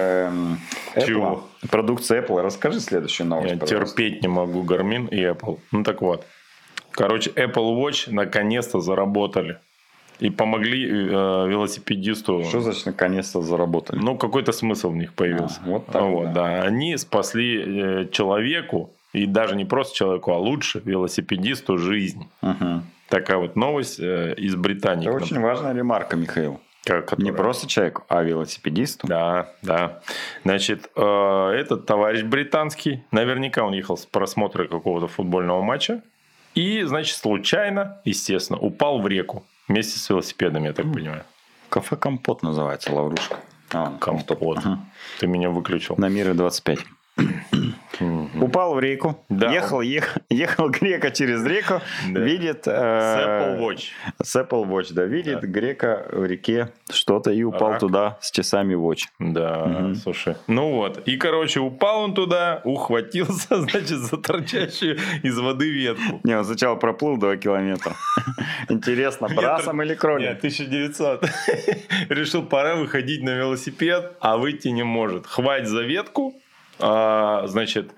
Apple, продукции Apple, расскажи следующую новость. Я терпеть не могу Garmin и Apple. Ну так вот. Короче, Apple Watch наконец-то заработали. И помогли э, велосипедисту. Что значит наконец-то заработали? Ну, какой-то смысл в них появился. А, вот так, вот, да. да. Они спасли э, человеку, и даже не просто человеку, а лучше велосипедисту жизнь. Угу. Такая вот новость э, из Британии. Это очень важная ремарка, Михаил. Которая... Не просто человеку, а велосипедисту. Да, да. Значит, э, этот товарищ британский, наверняка он ехал с просмотра какого-то футбольного матча. И, значит, случайно, естественно, упал в реку. Вместе с велосипедом, я так понимаю. Кафе «Компот» называется, Лаврушка. А, «Компот». Угу. Ты меня выключил. На Мира двадцать пять. Угу. Упал в реку, да. ехал, ехал, ехал грека через реку, да. видит... Э, с Apple Watch. С Apple Watch, да, видит да. грека в реке что-то и упал Рак. туда с часами Watch. Да, угу. слушай. Ну вот, и, короче, упал он туда, ухватился, значит, за торчащую из воды ветку. Не, он сначала проплыл два километра. Интересно, брасом или кролем? Нет, тысяча девятьсот. Решил, пора выходить на велосипед, а выйти не может. Хвать за ветку. А, значит,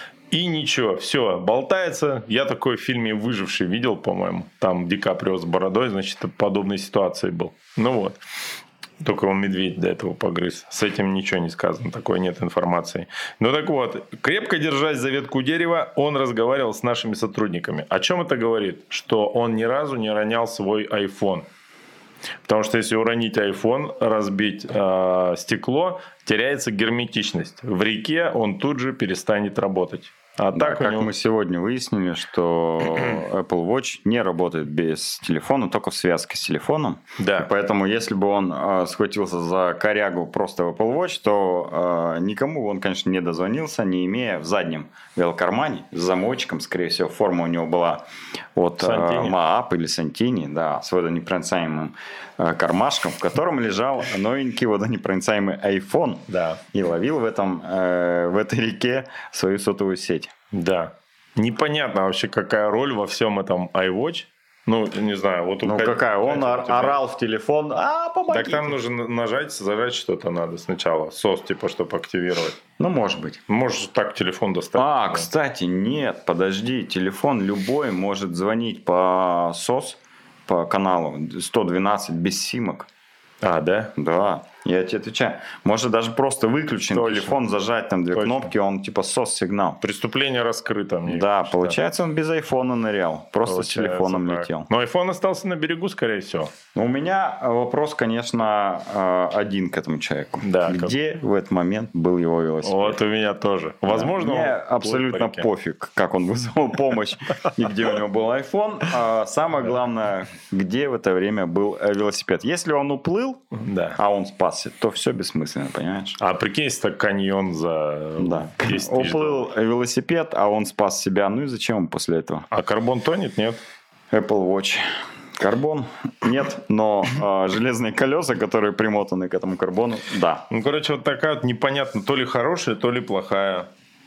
и ничего, все, болтается. Я такой в фильме «Выживший» видел, по-моему. Там Ди Каприо с бородой, значит, в подобной ситуации был. Ну вот. Только он медведь до этого погрыз. С этим ничего не сказано, такой нет информации. Ну так вот, крепко держась за ветку дерева, он разговаривал с нашими сотрудниками. О чем это говорит? Что он ни разу не ронял свой iPhone. Потому что если уронить iPhone, разбить э, стекло, теряется герметичность. В реке он тут же перестанет работать. А да, так как него... мы сегодня выяснили, что Apple Watch не работает без телефона, только в связке с телефоном. Да. И поэтому, если бы он э, схватился за корягу просто в Apple Watch, то э, никому он, конечно, не дозвонился, не имея в заднем велокармане с замочком, скорее всего, форма у него была от э, Маап или Сантини, да, с водонепроницаемым э, кармашком, в котором лежал новенький водонепроницаемый iPhone. Да. И ловил в, этом, э, в этой реке свою сотовую сеть. Да. Непонятно вообще, какая роль во всем этом iWatch. Ну, не знаю. Вот ну, Кать, какая? Он Катя, тебя... орал в телефон. А, помогите. Так там нужно нажать, зажать что-то надо сначала. сос, типа, чтобы активировать. Ну, может быть. Можешь так телефон достать. А, да. Кстати, нет, подожди. Телефон любой может звонить по сос, по каналу сто двенадцать без симок. А, да? Да. Я тебе отвечаю. Может даже просто выключен Точно. телефон, зажать там две Точно. кнопки, он типа сос-сигнал. Преступление раскрыто. Мне да, кажется. Получается, он без айфона нырял. Просто получается, с телефоном так. летел. Но айфон остался на берегу, скорее всего. У меня вопрос, конечно, один к этому человеку. Да, Где как... в этот момент был его велосипед? Вот у меня тоже. Возможно, да. Мне абсолютно пофиг, как он вызвал помощь и где у него был айфон. Самое главное, где в это время был велосипед. Если он уплыл, а он спас, то все бессмысленно, понимаешь? А прикинь, если так каньон за да. десять тысяч Уплыл долларов. Велосипед, а он спас себя. Ну и зачем ему после этого? А карбон тонет, нет? Apple Watch. Карбон нет, но э, железные колеса, которые примотаны к этому карбону, да. Ну, короче, вот такая вот непонятно, то ли хорошая, то ли плохая.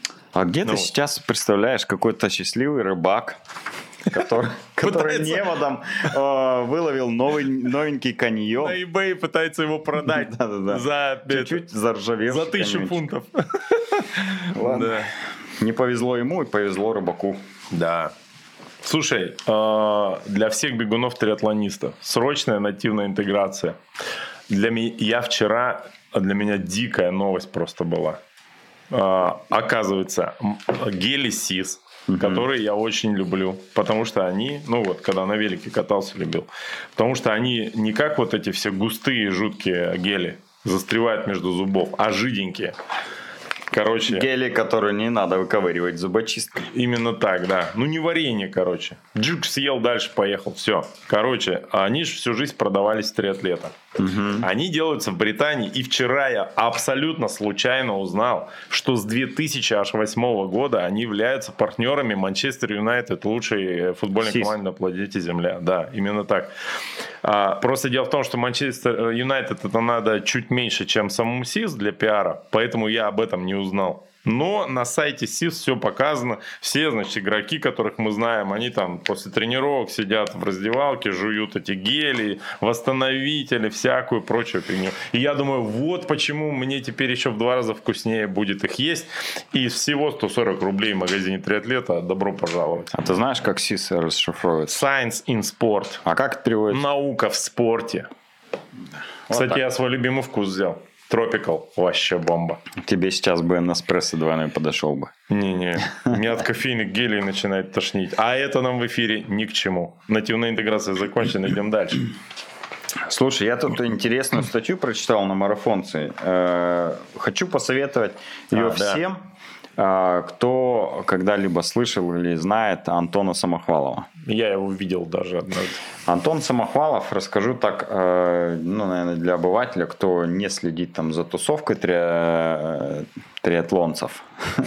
А где ну, ты сейчас представляешь какой-то счастливый рыбак, который, который неводом э, выловил новый, новенький каньон. На eBay пытается его продать за чуть-чуть заржавевший за тысячу фунтов. Ладно. Не повезло ему и повезло рыбаку. Да. Слушай, для всех бегунов-триатлонистов срочная нативная интеграция. Для меня, я вчера, для меня дикая новость просто была. Оказывается, гели СИС, угу. которые я очень люблю, потому что они, ну вот, когда на велике катался, любил, потому что они не как вот эти все густые, жуткие гели, застревают между зубов, а жиденькие. Короче, гели, которые не надо выковыривать зубочисткой. Именно так, да. Ну, не варенье, короче. Джук съел, дальше поехал. Все. Короче, они же всю жизнь продавались в триатлета. Угу. Они делаются в Британии. И вчера я абсолютно случайно узнал, что с две тысячи восьмого года они являются партнерами Манчестер Юнайтед, лучшей футбольной Сис. команды на планете Земля. Да, именно так. А, просто дело в том, что Манчестер Юнайтед это надо чуть меньше, чем самому СИС для пиара. Поэтому я об этом не узнал. Но на сайте СИС все показано. Все, значит, игроки, которых мы знаем, они там после тренировок сидят в раздевалке, жуют эти гели, восстановители, всякую прочую фигню. И я думаю, вот почему мне теперь еще в два раза вкуснее будет их есть. И всего сто сорок рублей в магазине триатлета. Добро пожаловать. А ты знаешь, как СИС расшифровывается? Science in Sport. А как это переводится? Наука в спорте. Вот Кстати, так. я свой любимый вкус взял. Tropical. Вообще бомба. Тебе сейчас бы Неспрессо двойной подошел бы. Не-не. Меня от кофейных гелей начинает тошнить. А это нам в эфире ни к чему. Нативная интеграция закончена. Идем дальше. Слушай, я тут интересную статью прочитал на Марафонце. Хочу посоветовать ее а, всем, да. кто когда-либо слышал или знает Антона Самохвалова. Я его видел даже однажды. Антон Самохвалов, расскажу так, ну, наверное, для обывателя, кто не следит там за тусовкой три... триатлонцев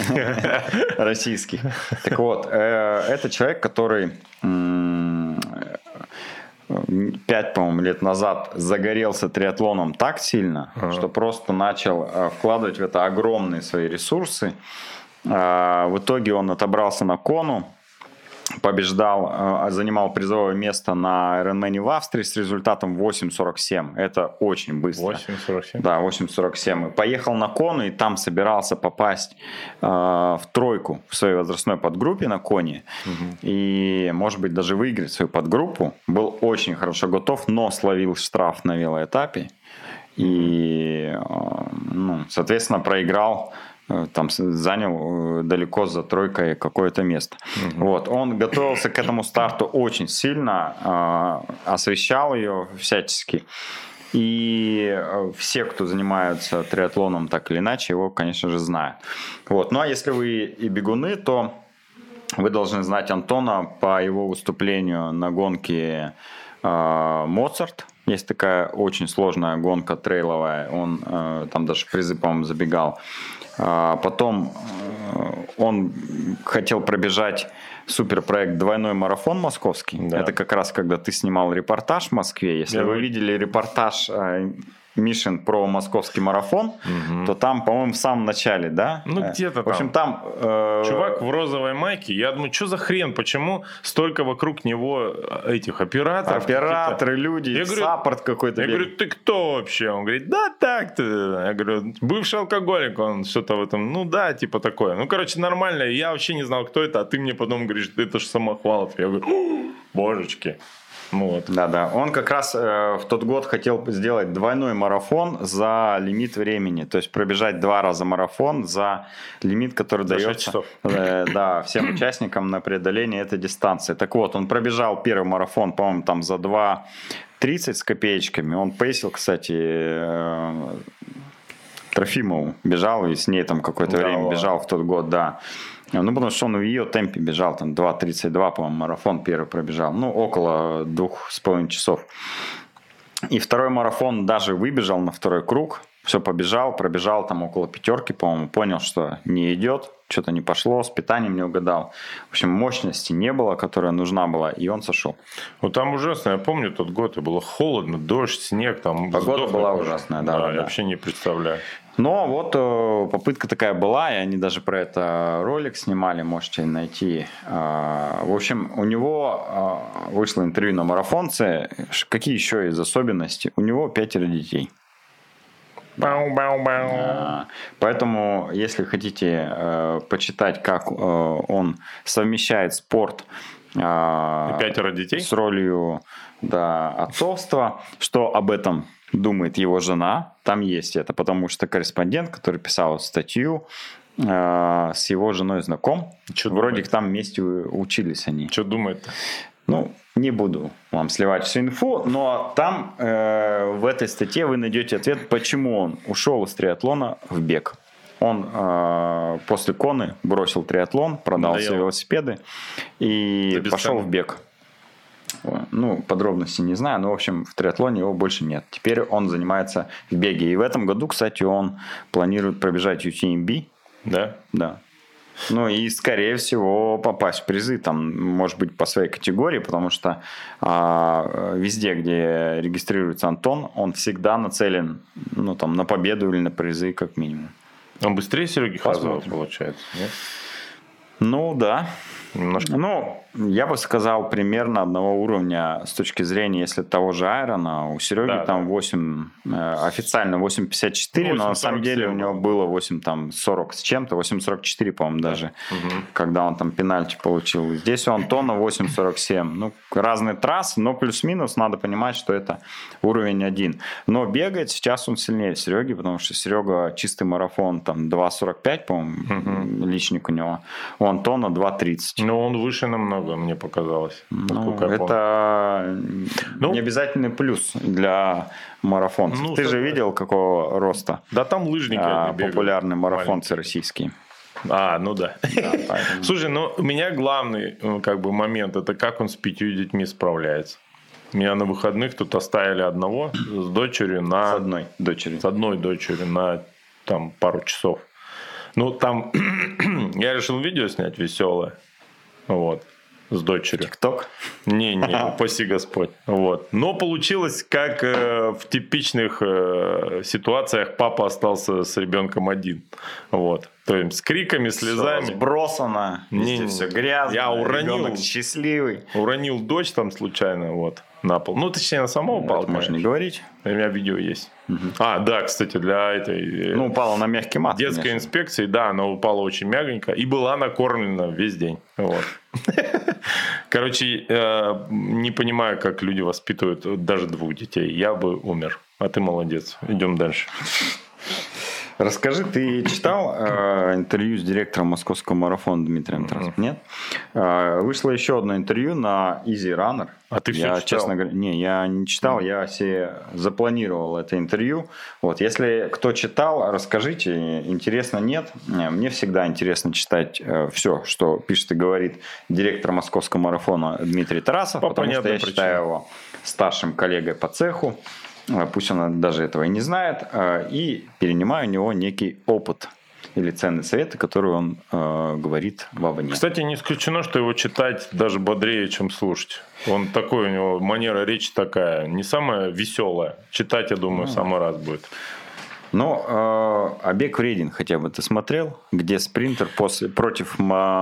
российских. Так вот, это человек, который пять, по-моему, лет назад загорелся триатлоном так сильно, ага. что просто начал вкладывать в это огромные свои ресурсы. В итоге он отобрался на Кону, побеждал, занимал призовое место на Ironman в Австрии с результатом восемь сорок семь. Это очень быстро. восемь сорок семь? Да, восемь сорок семь. Поехал на Кону и там собирался попасть э, в тройку в своей возрастной подгруппе на Коне. Угу. И, может быть, даже выиграть свою подгруппу. Был очень хорошо готов, но словил штраф на велоэтапе. И, э, ну, соответственно, проиграл. Там занял далеко за тройкой какое-то место. Угу. Вот. Он готовился к этому старту очень сильно, э, освещал ее всячески. И все, кто занимаются триатлоном так или иначе, его, конечно же, знают. Вот. Ну а если вы и бегуны, то вы должны знать Антона по его выступлению на гонке э, «Моцарт». Есть такая очень сложная гонка трейловая. Он э, там даже призы, по-моему, забегал. Потом он хотел пробежать суперпроект «Двойной марафон московский». Да. Это как раз когда ты снимал репортаж в Москве. Если Я вы видели репортаж Мишин про московский марафон, угу. то там, по-моему, в самом начале, да? Ну, где-то В общем, там... там э... Чувак в розовой майке. Я думаю, что за хрен? Почему столько вокруг него этих операторов? Операторы, люди, я говорю, саппорт какой-то. Я бегает. говорю, ты кто вообще? Он говорит, да так-то. Я говорю, бывший алкоголик, он что-то в этом... Ну да, типа такое. Ну, короче, нормально. Я вообще не знал, кто это, а ты мне потом говоришь, это же Самохвалов. Я говорю, божечки. Вот. Да-да, он как раз э, в тот год хотел сделать двойной марафон за лимит времени, то есть пробежать два раза марафон за лимит, который за дается э, да, всем участникам на преодоление этой дистанции. Так вот, он пробежал первый марафон, по-моему, там за два тридцать с копеечками. Он пейсил, кстати, э, Трофимову бежал, и с ней там какое-то да, время ладно. бежал в тот год, да. Ну, потому что он в ее темпе бежал, там два тридцать два, по-моему, марафон первый пробежал. Ну, около двух с половиной часов. И второй марафон даже выбежал на второй круг. Все, побежал, пробежал там около пятерки, по-моему. Понял, что не идет, что-то не пошло, с питанием не угадал. В общем, мощности не было, которая нужна была, и он сошел. Ну, там ужасно, я помню тот год, и было холодно, дождь, снег. Там погода была ужасная, да. Да, да, я да. вообще не представляю. Но вот э, попытка такая была, и они даже про это ролик снимали, можете найти. Э, в общем, у него э, вышло интервью на Марафонце. Какие еще есть особенности? У него пятеро детей. Бау-бау-бау. Поэтому, если хотите э, почитать, как э, он совмещает спорт э, пятеро детей с ролью да, отцовства, что об этом думает его жена, там есть это, потому что корреспондент, который писал статью, э, с его женой знаком, Чё вроде думает? там вместе учились они. Что думает-то? Ну, не буду вам сливать всю инфу, но там э, в этой статье вы найдете ответ, почему он ушел из триатлона в бег. Он э, после Коны бросил триатлон, продал Надоело. все велосипеды и Да пошел бесценно. в бег. Ну, подробностей не знаю, но, в общем, в триатлоне его больше нет. Теперь он занимается в беге. И в этом году, кстати, он планирует пробежать ю ти эм би. Да? Да. Ну и, скорее всего, попасть в призы, там, может быть, по своей категории, потому что а, везде, где регистрируется Антон, он всегда нацелен, ну, там, на победу или на призы, как минимум. Он быстрее Сереги Хазова Посмотрим. получается, нет? Ну, да. Немножко. Ну, я бы сказал, примерно одного уровня с точки зрения, если того же Айрона. У Сереги Да, там да. восемь, э, официально восемь пятьдесят четыре, но на самом деле у него было восемь сорок с чем-то, восемь сорок четыре, по-моему, даже, Угу. когда он там пенальти получил. Здесь у Антона восемь сорок семь. Ну, разные трассы, но плюс-минус надо понимать, что это уровень один. Но бегать сейчас он сильнее Сереги, потому что Серега чистый марафон, там два сорок пять, по-моему, Угу. личник у него. У Антона два тридцать. Но он выше намного, мне показалось. Ну, насколько я помню. это Ну, не обязательный плюс для марафонцев. Ну, Ты же согласен. видел, какого роста Да там лыжники а, одни бегают. популярные марафонцы Маленькие. российские. А, ну да. Да, поэтому- Слушай, ну у меня главный ну, как бы момент, это как он с пятью детьми справляется. Меня на выходных тут оставили одного с дочерью С на... одной дочерью. С одной дочерью на там пару часов. Ну там я решил видео снять веселое. Вот. С дочерью. ТикТок? Не-не, упаси Господь. Вот. Но получилось, как э, в типичных э, ситуациях папа остался с ребенком один. Вот. То есть с криками, слезами. Всё сбросано, везде Не-не. все грязно. Я уронил. Ребенок счастливый. Уронил дочь там случайно вот, на пол. Ну, точнее, она сама упала. Это можно не конечно. говорить. У меня видео есть. А, да, кстати, для этой... э, Ну, упала на мягкий мат. детской конечно. инспекции, да, она упала очень мягонько и была накормлена весь день. Вот. Короче, э, не понимаю, как люди воспитывают даже двух детей. Я бы умер. А ты молодец. Идем дальше. Расскажи, ты читал э, интервью с директором московского марафона Дмитрием Тарасовым? Нет? Э, вышло еще одно интервью на Easy Runner. А ты всё я, читал? честно говоря, не, я не читал, я себе запланировал это интервью. Вот, если кто читал, расскажите, интересно, нет. Мне всегда интересно читать э, все, что пишет и говорит директор московского марафона Дмитрий Тарасов, По потому что понятной я причине. считаю его старшим коллегой по цеху. Пусть он даже этого и не знает, и перенимаю у него некий опыт или ценные советы, которые он э, говорит вовне. Кстати, не исключено, что его читать даже бодрее, чем слушать. Он такой, у него манера речи такая, не самая веселая. Читать, я думаю, в самый раз будет. Ну, э, «А бег вреден» хотя бы ты смотрел? Где спринтер после, против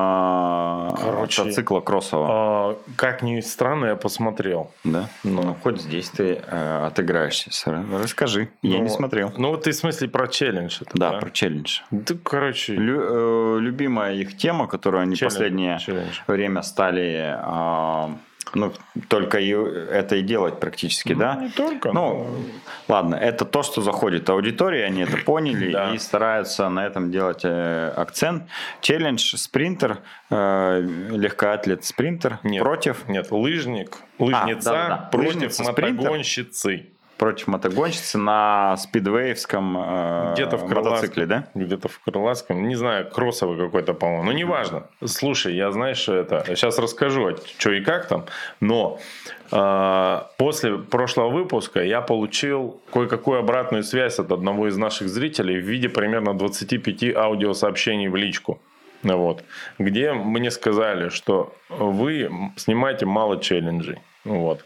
мо- Короче, мотоцикла кроссового. А, как ни странно, я посмотрел. Да? Ну. Ну, хоть здесь ты э, отыграешься. Расскажи. Я Ну, не смотрел. Ну, вот ты в смысле про челлендж это, Да, да? про челлендж. Да, короче, Лю- э, любимая их тема, которую они челлендж, последнее челлендж. время стали... а, ну, только и это и делать практически, Ну, да? не только, Ну, ладно, это то, что заходит аудитории, они это поняли Да. и стараются на этом делать э, акцент. Челлендж спринтер, э, легкоатлет-спринтер Нет. против, Нет, лыжник, лыжница да-да-да. против Лыжница, спринтер. мотогонщицы. против мотогонщицы на спидвеевском э, Где-то в мотоцикле, Крылатском. да? Где-то в Крылатском. Не знаю, кроссовый какой-то, по-моему. Ну, неважно. Слушай, я, знаешь, это... Сейчас расскажу, что и как там. Но э, после прошлого выпуска я получил кое-какую обратную связь от одного из наших зрителей в виде примерно двадцати пяти аудиосообщений в личку. Вот, где мне сказали, что вы снимаете мало челленджей. Вот.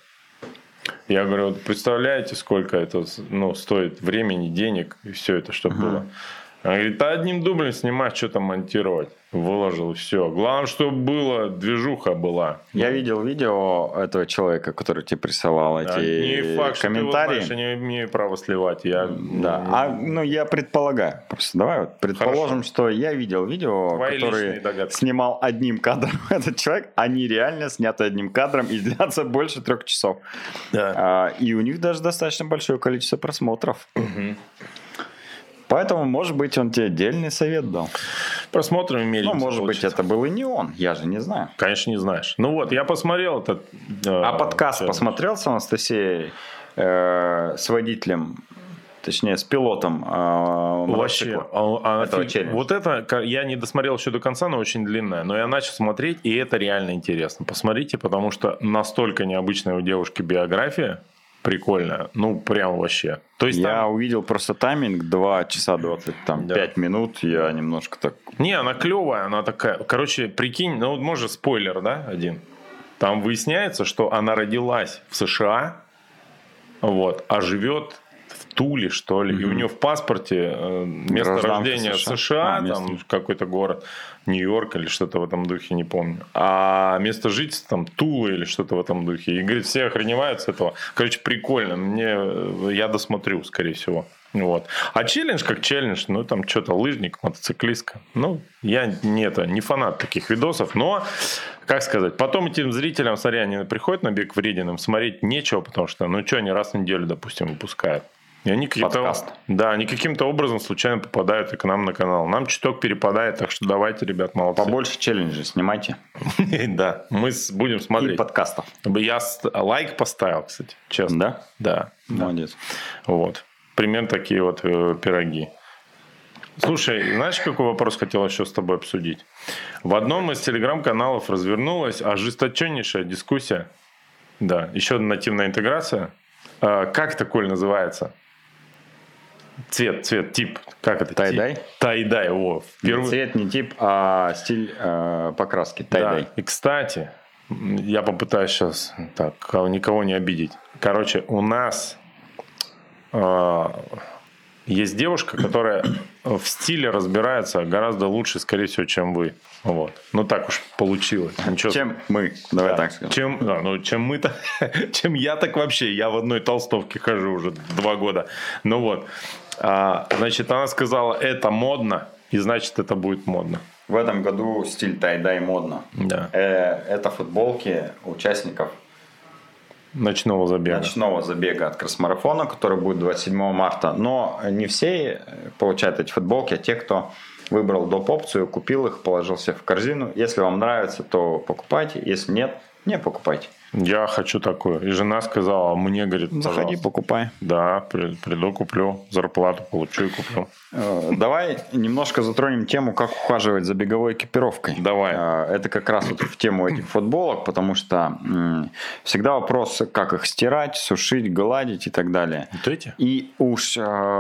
Я говорю, вот представляете, сколько это ну, стоит времени, денег и все это, чтобы uh-huh. было. Он говорит, да одним дублем снимать, что там монтировать. Выложил, все. Главное, чтобы было, движуха была. Я видел видео этого человека, который тебе присылал эти а не факт, комментарии. Что ты его знаешь, я не имею права сливать. Я... Да. А, ну, я предполагаю. Просто давай вот предположим, Хорошо. Что я видел видео, Твои который снимал одним кадром этот человек. Они реально сняты одним кадром и длятся больше трех часов. Да. А, и у них даже достаточно большое количество просмотров. Угу. Поэтому, может быть, он тебе отдельный совет дал. Просмотрим имели. Ну, может получится. Быть, это был и не он. Я же не знаю. Конечно, не знаешь. Ну вот, я посмотрел этот... Э, а подкаст челлендж. Посмотрел с Анастасией, э, с водителем, точнее, с пилотом э, Вообще, а, этого фиг... Вот это я не досмотрел еще до конца, но очень длинное. Но я начал смотреть, и это реально интересно. Посмотрите, потому что настолько необычная у девушки биография. Прикольно. Ну, прям вообще. То есть я там... увидел просто тайминг два часа двадцать пять да. минут. Я немножко так... Не, она клевая, она такая... Короче, прикинь, ну, может, спойлер, да, один? Там выясняется, что она родилась в США, вот, а живет в Туле, что ли. Mm-hmm. И у нее в паспорте место Гражданка рождения США, США а, там место. Какой-то город. Нью-Йорк или что-то в этом духе, не помню. А место жительства там Тула или что-то в этом духе. И, говорит, все охреневают с этого. Короче, прикольно. Мне, я досмотрю, скорее всего. Вот. А челлендж как челлендж, ну, там что-то лыжник, мотоциклистка. Ну, я не, это, не фанат таких видосов, но, как сказать, потом этим зрителям, смотри, они приходят на бег вреден, им смотреть нечего, потому что, ну, что, они раз в неделю, допустим, выпускают. И они каким-то, да, они каким-то образом случайно попадают и к нам на канал. Нам чуток перепадает, так что давайте, ребят, молодцы. Побольше челленджей снимайте. Да, мы будем смотреть. И подкастов. Я лайк поставил, кстати, честно. Да? Да. Молодец. Вот. Примерно такие вот пироги. Слушай, знаешь, какой вопрос хотел еще с тобой обсудить? В одном из телеграм-каналов развернулась ожесточеннейшая дискуссия. Да, еще одна нативная интеграция. Как это, Коль, называется? Цвет, цвет, тип. Как это? Тай-дай? Тай-дай, о. Впервые... Не цвет, не тип, а стиль э, покраски. Тай-дай. Да. И, кстати, я попытаюсь сейчас так, никого не обидеть. Короче, у нас э, есть девушка, которая в стиле разбирается гораздо лучше, скорее всего, чем вы. Вот. Ну, так уж получилось. Ничего... Чем мы, давай да. так скажем. Чем, да, ну, чем мы-то, чем я так вообще. Я в одной толстовке хожу уже два года. Ну вот. А, значит, она сказала, это модно, и значит, это будет модно. В этом году стиль тай-дай модно. Да. Э, это футболки участников Ночного забега. Ночного забега от кросс-марафона, который будет двадцать седьмого марта. Но не все получают эти футболки, а те, кто выбрал доп. Опцию, купил их, положил себе в корзину. Если вам нравится, то покупайте. Если нет, не покупайте. Я хочу такое. И жена сказала, мне, говорит, заходи, пожалуйста. Покупай. Да, приду, куплю. Зарплату получу и куплю. Давай немножко затронем тему, как ухаживать за беговой экипировкой. Давай. Это как раз вот в тему этих футболок, потому что всегда вопрос, как их стирать, сушить, гладить и так далее. Вот эти? И уж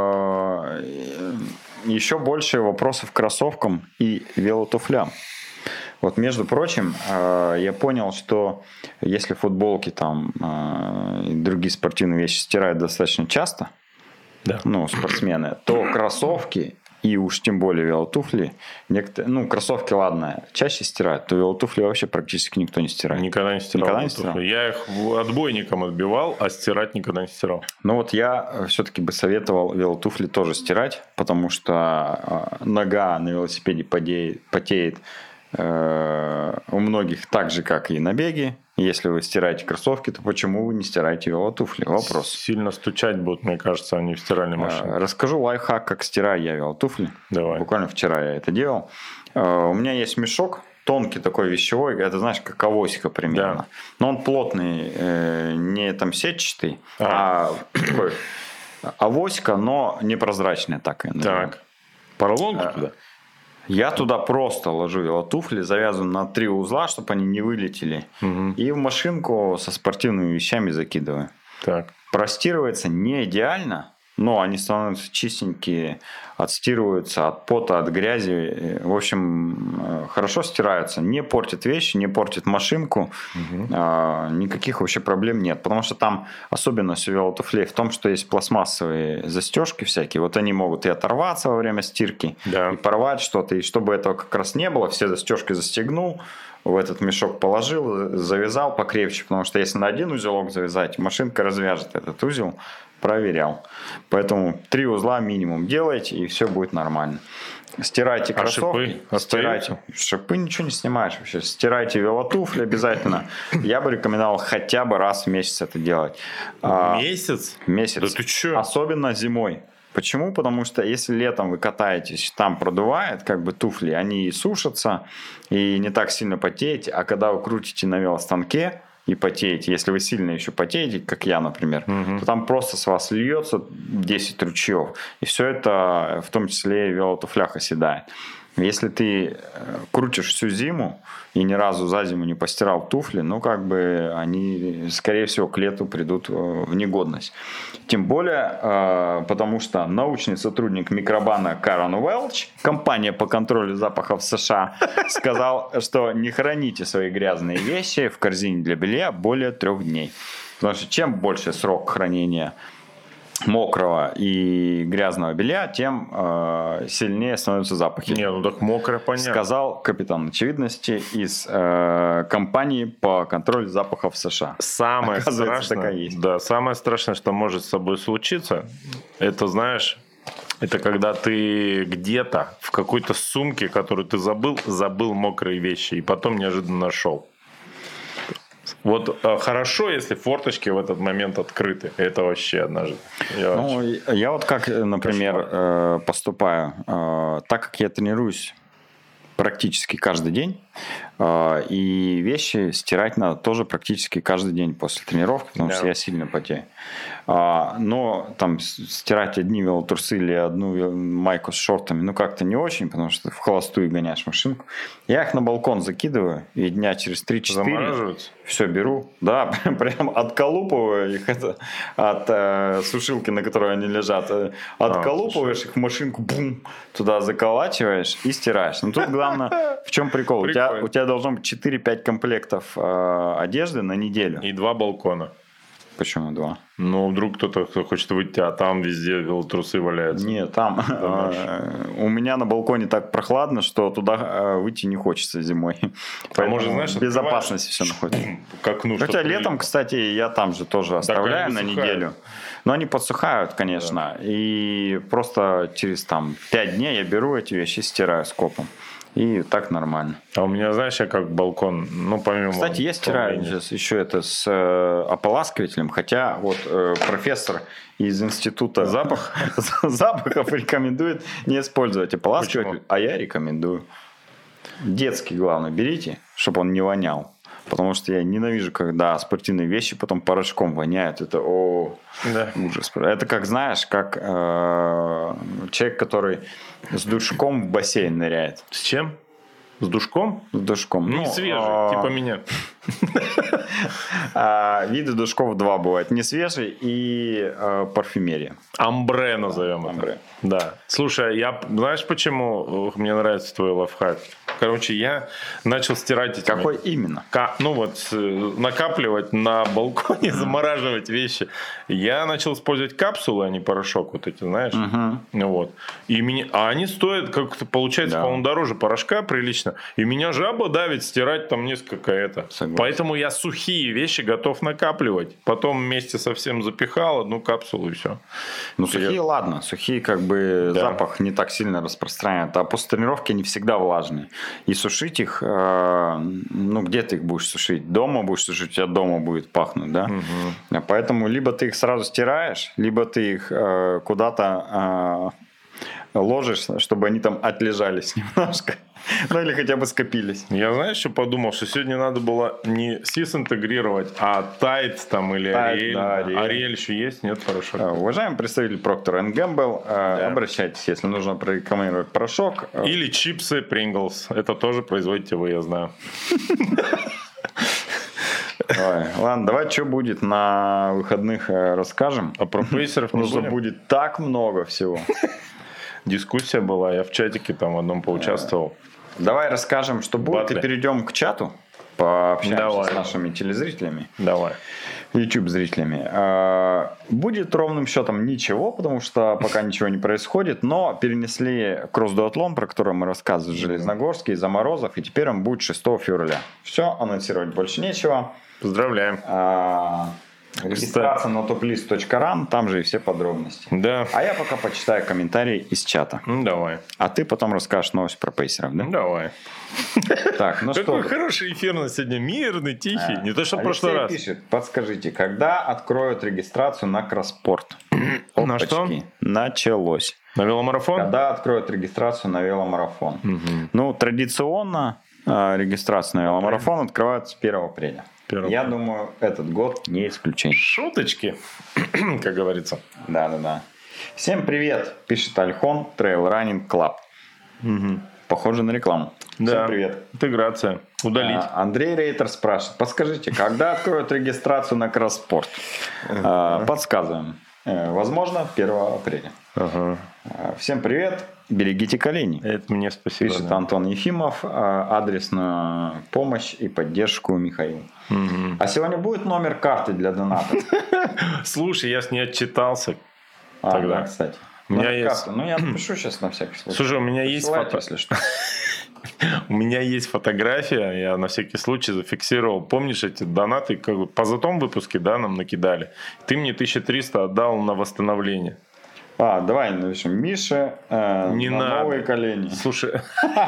еще больше вопросов к кроссовкам и велотуфлям. Вот, между прочим, я понял, что если футболки там и другие спортивные вещи стирают достаточно часто, да. ну, спортсмены, то кроссовки и уж тем более велотуфли, некоторые, ну, кроссовки, ладно, чаще стирают, то велотуфли вообще практически никто не стирает. Никогда не стирал. Никогда не стирал? Я их отбойником отбивал, а стирать никогда не стирал. Ну, вот я все-таки бы советовал велотуфли тоже стирать, потому что нога на велосипеде потеет, потеет у многих так же, как и на беге. Если вы стираете кроссовки, то почему вы не стираете велотуфли? Вопрос. Сильно стучать будут, мне кажется, они в стиральной машине. Расскажу лайфхак, как стираю я велотуфли. Давай. Буквально вчера я это делал. У меня есть мешок, тонкий такой вещевой, это, знаешь, как авоська примерно. Да. Но он плотный, не там сетчатый, а, а такой авоська, но непрозрачная такая. Так. Поролонку а, туда? Я туда просто ложу велотуфли, завязываю на три узла, чтобы они не вылетели. Угу. И в машинку со спортивными вещами закидываю. Так. Простирывается не идеально, но они становятся чистенькие, отстирываются от пота, от грязи. В общем, хорошо стираются, не портят вещи, не портят машинку, угу. Никаких вообще проблем нет. Потому что там особенность у велотуфлей в том, что есть пластмассовые застежки всякие. Вот они могут и оторваться во время стирки, да. и порвать что-то. И чтобы этого как раз не было, все застежки застегнул, в этот мешок положил, завязал покрепче, потому что если на один узелок завязать, машинка развяжет этот узел. Проверял. Поэтому три узла минимум делайте, и все будет нормально. Стирайте кроссовки. А шипы стирайте. Шипы ничего не снимаешь вообще. Стирайте велотуфли обязательно. Я бы рекомендовал хотя бы раз в месяц это делать. Месяц? Месяц. Да ты чё? Особенно зимой. Почему? Потому что если летом вы катаетесь, там продувает, как бы туфли, они сушатся и не так сильно потеете, а когда вы крутите на велостанке и потеете, если вы сильно еще потеете, как я, например, угу. то там просто с вас льется десять ручьев, и все это в том числе и в велотуфлях оседает. Если ты крутишь всю зиму и ни разу за зиму не постирал туфли, ну, как бы они, скорее всего, к лету придут в негодность. Тем более, потому что научный сотрудник микробана Карен Уэлч, компания по контролю запахов США, сказал, что не храните свои грязные вещи в корзине для белья более трех дней. Потому что чем больше срок хранения мокрого и грязного белья, тем э, сильнее становятся запахи. Не, ну так мокрое, понятно. Сказал капитан очевидности из э, компании по контролю запахов США. Самое страшное, есть. Да, самое страшное, что может с собой случиться, это, знаешь, это когда ты где-то в какой-то сумке, которую ты забыл, забыл мокрые вещи, и потом неожиданно нашел. Вот э, хорошо, если форточки в этот момент открыты. Это вообще однажды. Я, ну, вообще... я вот как, например, э, поступаю. Э, так как я тренируюсь практически каждый день, э, и вещи стирать надо тоже практически каждый день после тренировки, потому да. что я сильно потею. Э, но там стирать одни велотрусы или одну майку с шортами, ну как-то не очень, потому что в холостую гоняешь машинку. Я их на балкон закидываю, и дня через три-четыре все беру, да, прям отколупываю их это, от э, сушилки, на которой они лежат, э, отколупываешь а, их в машинку, бум, туда заколачиваешь и стираешь. Но тут главное, в чем прикол? У тебя, у тебя должно быть четыре-пять комплектов э, одежды на неделю. И два балкона. Почему два? Ну, вдруг кто-то кто хочет выйти, а там везде велотрусы валяются. Нет, там у меня на балконе так прохладно, что туда выйти не хочется зимой. А может, знаешь, безопасность все находится. Как ну, Хотя летом, кстати, я там же тоже оставляю на неделю. Но они подсыхают, конечно. Да. И просто через там пять дней я беру эти вещи, стираю скопом. И так нормально. А у меня, знаешь, я как балкон, ну, помимо... Кстати, я стираю сейчас еще это с э, ополаскивателем, хотя вот э, профессор из института запах, запахов рекомендует не использовать ополаскиватель. Почему? А я рекомендую. Детский, главное, берите, чтобы он не вонял. Потому что я ненавижу, когда спортивные вещи потом порошком воняют. Это о, да. ужас. Это как, знаешь, как э, человек, который с душком в бассейн ныряет. С чем? С душком? С душком. Не ну, свежий, а... типа меня. Виды душков два бывают. Не свежий и парфюмерия. Амбре назовем это. Да. Слушай, я знаешь, почему мне нравится твой лайфхак? Короче, я начал стирать эти... Какой именно? Ну вот, накапливать на балконе, замораживать вещи. Я начал использовать капсулы, а не порошок, вот эти, знаешь. Угу. Вот. И меня... А они стоят, как-то получается, да. по-моему, дороже порошка прилично. И меня жаба давит стирать там несколько это. Согласен. Поэтому я сухие вещи готов накапливать. Потом вместе со всем запихал одну капсулу и все. Ну, сухие, я... ладно. Сухие, как бы, да. запах не так сильно распространяют. А после тренировки они всегда влажные. И сушить их, э, ну, где ты их будешь сушить? Дома будешь сушить, у тебя дома будет пахнуть, да? Угу. Поэтому либо ты их сразу стираешь, либо ты их э, куда-то э, ложишь, чтобы они там отлежались немножко. Ну, или хотя бы скопились. Я, знаешь, что подумал? Что сегодня надо было не сис интегрировать, а Tide там или Ariel. Да, Ariel. Ariel еще есть? Нет, порошок? Уважаемый представитель Procter энд Gamble, да. обращайтесь, если нужно прорекламировать порошок. Или чипсы Pringles. Это тоже производите вы, я знаю. Ой, ладно, давай, что будет на выходных расскажем. А про пейсеров не будем? Будет так много всего. Дискуссия была, я в чатике там в одном поучаствовал. Давай расскажем, что будет, Батли. И перейдем к чату. Пообщаемся Давай. С нашими телезрителями. Давай. YouTube-зрителями. Будет ровным счетом ничего, потому что пока ничего не происходит, но перенесли кросс-дуатлон, про который мы рассказывали в Железногорске из-за морозов, и теперь он будет шестого февраля. Все, анонсировать больше нечего. Поздравляем. А, регистрация на топлист точка ран, там же и все подробности. Да. А я пока почитаю комментарии из чата. Ну, давай. А ты потом расскажешь новость про пейсеров, да? Ну, давай. Так, ну Какой что? хороший эфир на сегодня, мирный, тихий. А, не то, что в прошлый раз. Пишет, подскажите, когда откроют регистрацию на кросспорт? На что? Началось. На веломарафон? Когда откроют регистрацию на веломарафон? Угу. Ну, традиционно э, регистрация на веломарафон открывается с первого апреля. первого. Я думаю, этот год не исключение. Шуточки, как говорится. Да-да-да. Всем привет, пишет Альхон, Trail Running Club. Угу. Похоже на рекламу. Да. Всем привет. Интеграция. Удалить. А, Андрей Рейтер спрашивает. Подскажите, когда откроют регистрацию на кросспорт? А, подсказываем. Возможно, первого апреля. Ага. Всем привет. Берегите колени. Это мне спасибо. Пишет да. Антон Ефимов. Адресную помощь и поддержку Михаил. Угу. А сегодня будет номер карты для доната? Слушай, я с ней отчитался. А, тогда. Да, кстати. У меня есть... Ну, я напишу сейчас на всякий случай. Слушай, у меня есть фото... если что. У меня есть фотография, я на всякий случай зафиксировал. Помнишь эти донаты, как бы по затом выпуске, да, нам накидали? Ты мне тысячу триста отдал на восстановление. А, давай напишем. Миша э, Не на надо. Новые колени. Слушай...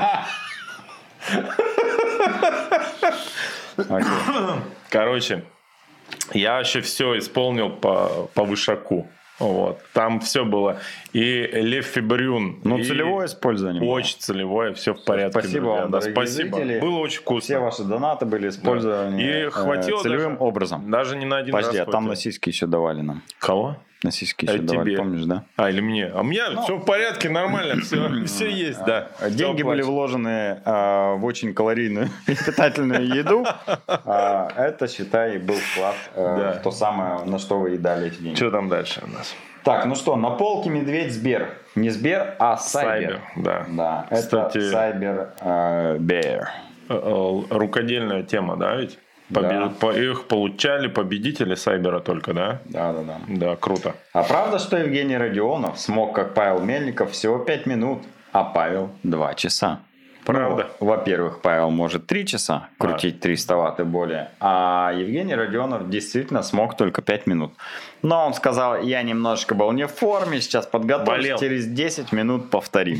Короче, я вообще все исполнил по, по вышаку. Вот. Там все было. И Лев Фибрюн. Ну, целевое использование. Очень было. Целевое, все в порядке. Спасибо вам, да, спасибо. Зрители. Было очень вкусно. Все ваши донаты были использованы да. И хватило э, целевым даже, образом. Даже не на один Подожди, раз. а там на сиськи еще давали нам. Кого? На сиськи еще а давали, тебе? Помнишь, да? А, или мне? А у меня ну, все в порядке, нормально, все, все есть, да. Деньги были вложены э, в очень калорийную и питательную еду. А это, считай, был вклад э, да. в то самое, на что вы и дали эти деньги. Что там дальше у нас? Так, ну что, на полке медведь Сбер. Не Сбер, а Сайбер. Да. Да, Кстати, это Сайбер э, Bear. Рукодельная тема, да, ведь? Побед... Да. Их получали победители Сайбера только, да? Да, да, да. Да, круто. А правда, что Евгений Родионов смог, как Павел Мельников, всего пять минут, а Павел два часа? Правда. Ну, во-первых, Павел может три часа крутить а. триста ватт и более, а Евгений Родионов действительно смог только пять минут. Но он сказал, я немножко был не в форме, сейчас подготовлюсь, через десять минут повторим.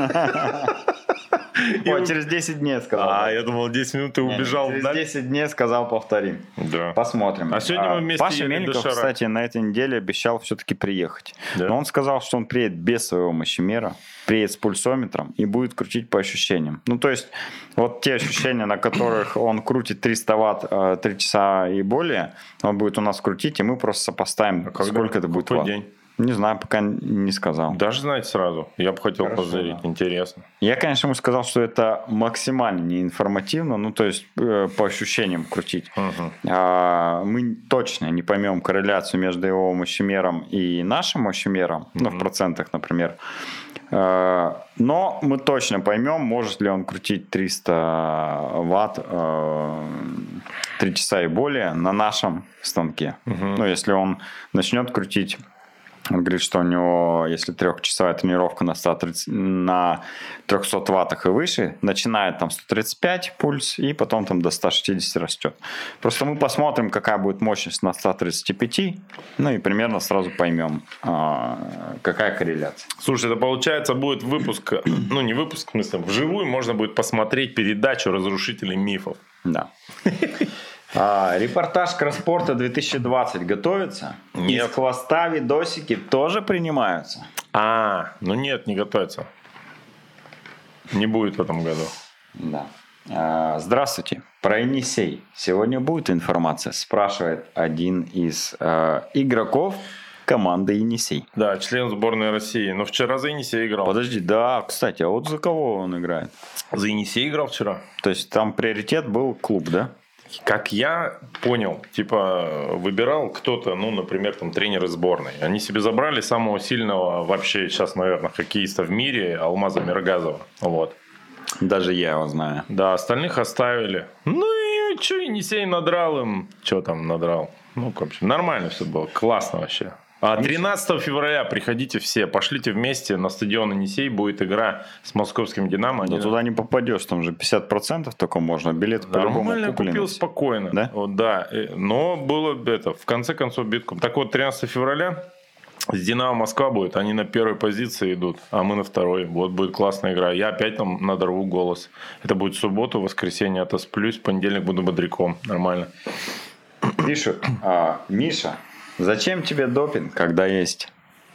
Ой, через десять дней сказал. А, я думал, десять минут ты убежал. Через десять дней сказал, повторим. Да. Посмотрим. А сегодня мы вместе Паша Мельников, кстати, на этой неделе обещал все-таки приехать. Да? Но он сказал, что он приедет без своего мощемера, приедет с пульсометром и будет крутить по ощущениям. Ну, то есть, вот те ощущения, на которых он крутит триста ватт три часа и более, он будет у нас крутить, и мы просто сопоставим, а сколько это будет ватт. День? Не знаю, пока не сказал. Даже знать сразу. Я бы хотел Хорошо, позырить. Да. Интересно. Я, конечно, ему сказал, что это максимально неинформативно. Ну, то есть, э, по ощущениям крутить. Uh-huh. А, мы точно не поймем корреляцию между его мощемером и нашим мощемером. Uh-huh. Ну, в процентах, например. А, но мы точно поймем, может ли он крутить триста ватт э, три часа и более на нашем станке. Uh-huh. Ну, если он начнет крутить... Он говорит, что у него, если трехчасовая тренировка на, сто тридцать, на триста ваттах и выше, начинает там сто тридцать пять пульс, и потом там до ста шестидесяти растет. Просто мы посмотрим, какая будет мощность на ста тридцати пяти, ну и примерно сразу поймем, какая корреляция. Слушай, это получается будет выпуск, ну не выпуск, в смысле, вживую можно будет посмотреть передачу «Разрушители мифов». Да. А, репортаж Кросспорта две тысячи двадцать готовится? Нет. Из хвоста видосики тоже принимаются? А, ну нет, не готовится. Не будет в этом году. Да. А, здравствуйте. Про Енисей. Сегодня будет информация? Спрашивает один из э, игроков команды Енисей. Да, член сборной России. Но вчера за Енисей играл. Подожди, да, кстати, а вот за кого он играет? За Енисей играл вчера. То есть там приоритет был клуб, да? как я понял, типа выбирал кто-то, ну, например, там тренеры сборной. Они себе забрали самого сильного вообще сейчас, наверное, хоккеиста в мире, Алмаза Миргазова. Вот. Даже я его знаю. Да, остальных оставили. Ну и что, Енисей надрал им. Что там надрал? Ну, в общем, нормально все было. Классно вообще. А тринадцатого февраля приходите все, пошлите вместе на стадион Енисей, будет игра с московским «Динамо». Да туда не попадешь, там же пятьдесят процентов только можно, билет по-любому Нормально купил спокойно. Да? Вот, да, но было это, в конце концов битком. Так вот, тринадцатого февраля с «Динамо» Москва будет, они на первой позиции идут, а мы на второй. Вот будет классная игра. Я опять там надорву голос. Это будет в субботу, воскресенье отосплюсь, в понедельник буду бодряком. Нормально. Пишут, а, Миша, зачем тебе допинг, когда есть?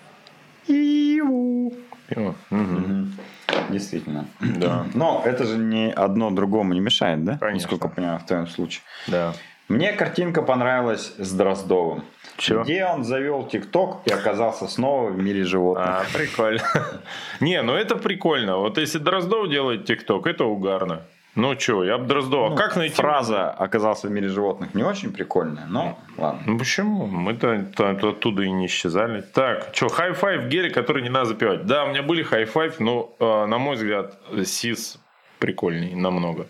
Иу. Угу. Действительно. Да. Но это же не одно другому не мешает, да? Конечно. Насколько я понимаю, в твоем случае. Да. Мне картинка понравилась с Дроздовым. Чё? Где он завел ТикТок и оказался снова в мире животных. А, прикольно. Не, ну это прикольно. Вот если Дроздов делает ТикТок, это угарно. Ну что, я бы Дроздова. Ну, как найти? Фраза «оказался в мире животных» не очень прикольная, но ладно. Ну почему? Мы-то оттуда и не исчезали. Так, что, хай-файв гели, который не надо запивать. Да, у меня были хай-файв, но, э, на мой взгляд, сис прикольней намного.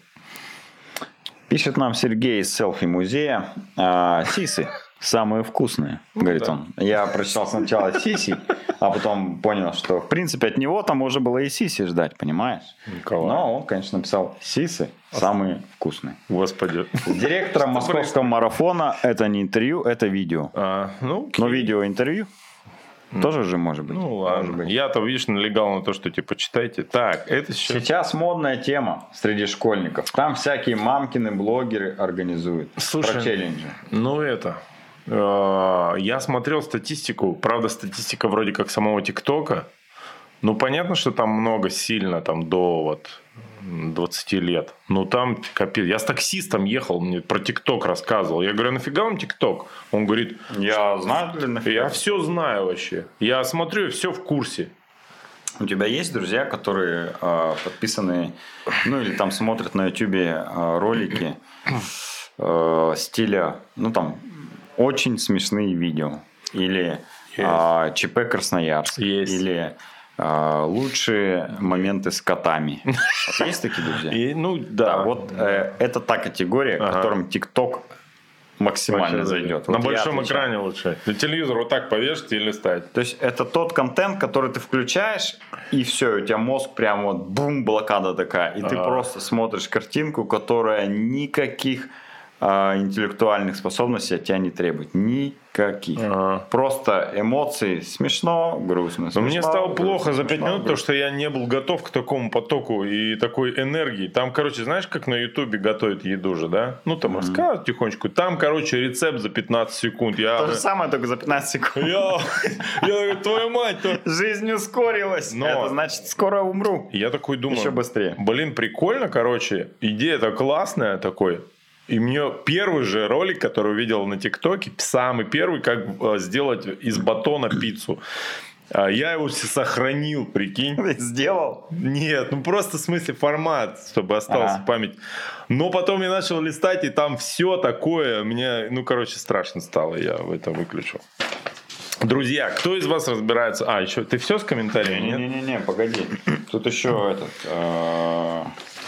Пишет нам Сергей из селфи-музея. А, сисы самые вкусные, ну, говорит да. он. Я прочитал сначала сиси, а потом понял, что в принципе от него там можно было и сиси ждать, понимаешь? Николай. Но он, конечно, написал сисы самые вкусные. Господи. Директора московского марафона это не интервью, это видео. А, ну, Но видео интервью тоже же может быть. Ну ладно. Быть. Я-то, видишь, налегал на то, что типа читайте. Так, это сейчас... Сейчас модная тема среди школьников. Там всякие мамкины блогеры организуют. Слушай, про челленджи. Ну это... Я смотрел статистику. Правда, статистика вроде как самого ТикТока. Ну, понятно, что там много сильно, там до вот двадцати лет. Ну, там капец. Я с таксистом ехал, мне про ТикТок рассказывал. Я говорю, нафига вам ТикТок? Он говорит, я знаю, для нафига. Я все знаю вообще. Я смотрю, все в курсе. У тебя есть друзья, которые э, подписаны, ну, или там смотрят на Ютубе э, ролики э, стиля, ну, там, очень смешные видео. Или э, ЧП Красноярск. Есть. Или э, лучшие моменты с котами. Вот есть такие друзья? И, ну, да. да вот э, это та категория, ага. которым ТикТок максимально зайдет. На вот большом экране лучше. На телевизор вот так повешать и листать. То есть это тот контент, который ты включаешь, и все, у тебя мозг прям вот бум, блокада такая. И а. ты просто смотришь картинку, которая никаких а, интеллектуальных способностей от тебя не требует. Никаких. Ага. Просто эмоции. Смешно, грустно. Смешно, Но мне стало грустно, плохо за смешно, пять минут, грустно. потому что я не был готов к такому потоку и такой энергии. Там, короче, знаешь, как на Ютубе готовят еду же, да? Ну, там mm-hmm. рассказывают тихонечку. Там, короче, рецепт за пятнадцать секунд. Я... То же самое, только за пятнадцать секунд. Я, я говорю, твою мать. Жизнь ускорилась. Но... Это значит, скоро умру. Я такой думаю. Еще быстрее. Блин, прикольно, короче. Идея-то классная такой. И мне первый же ролик, который увидел на ТикТоке, самый первый, как сделать из батона пиццу. Я его сохранил, прикинь. Сделал? Нет, ну просто в смысле формат, чтобы остался ага. память. Но потом я начал листать, и там все такое. Мне, ну, короче, страшно стало. Я это выключил. Друзья, кто из вас разбирается? А, еще ты все с комментариями? Нет? Не-не-не, погоди. Тут еще этот...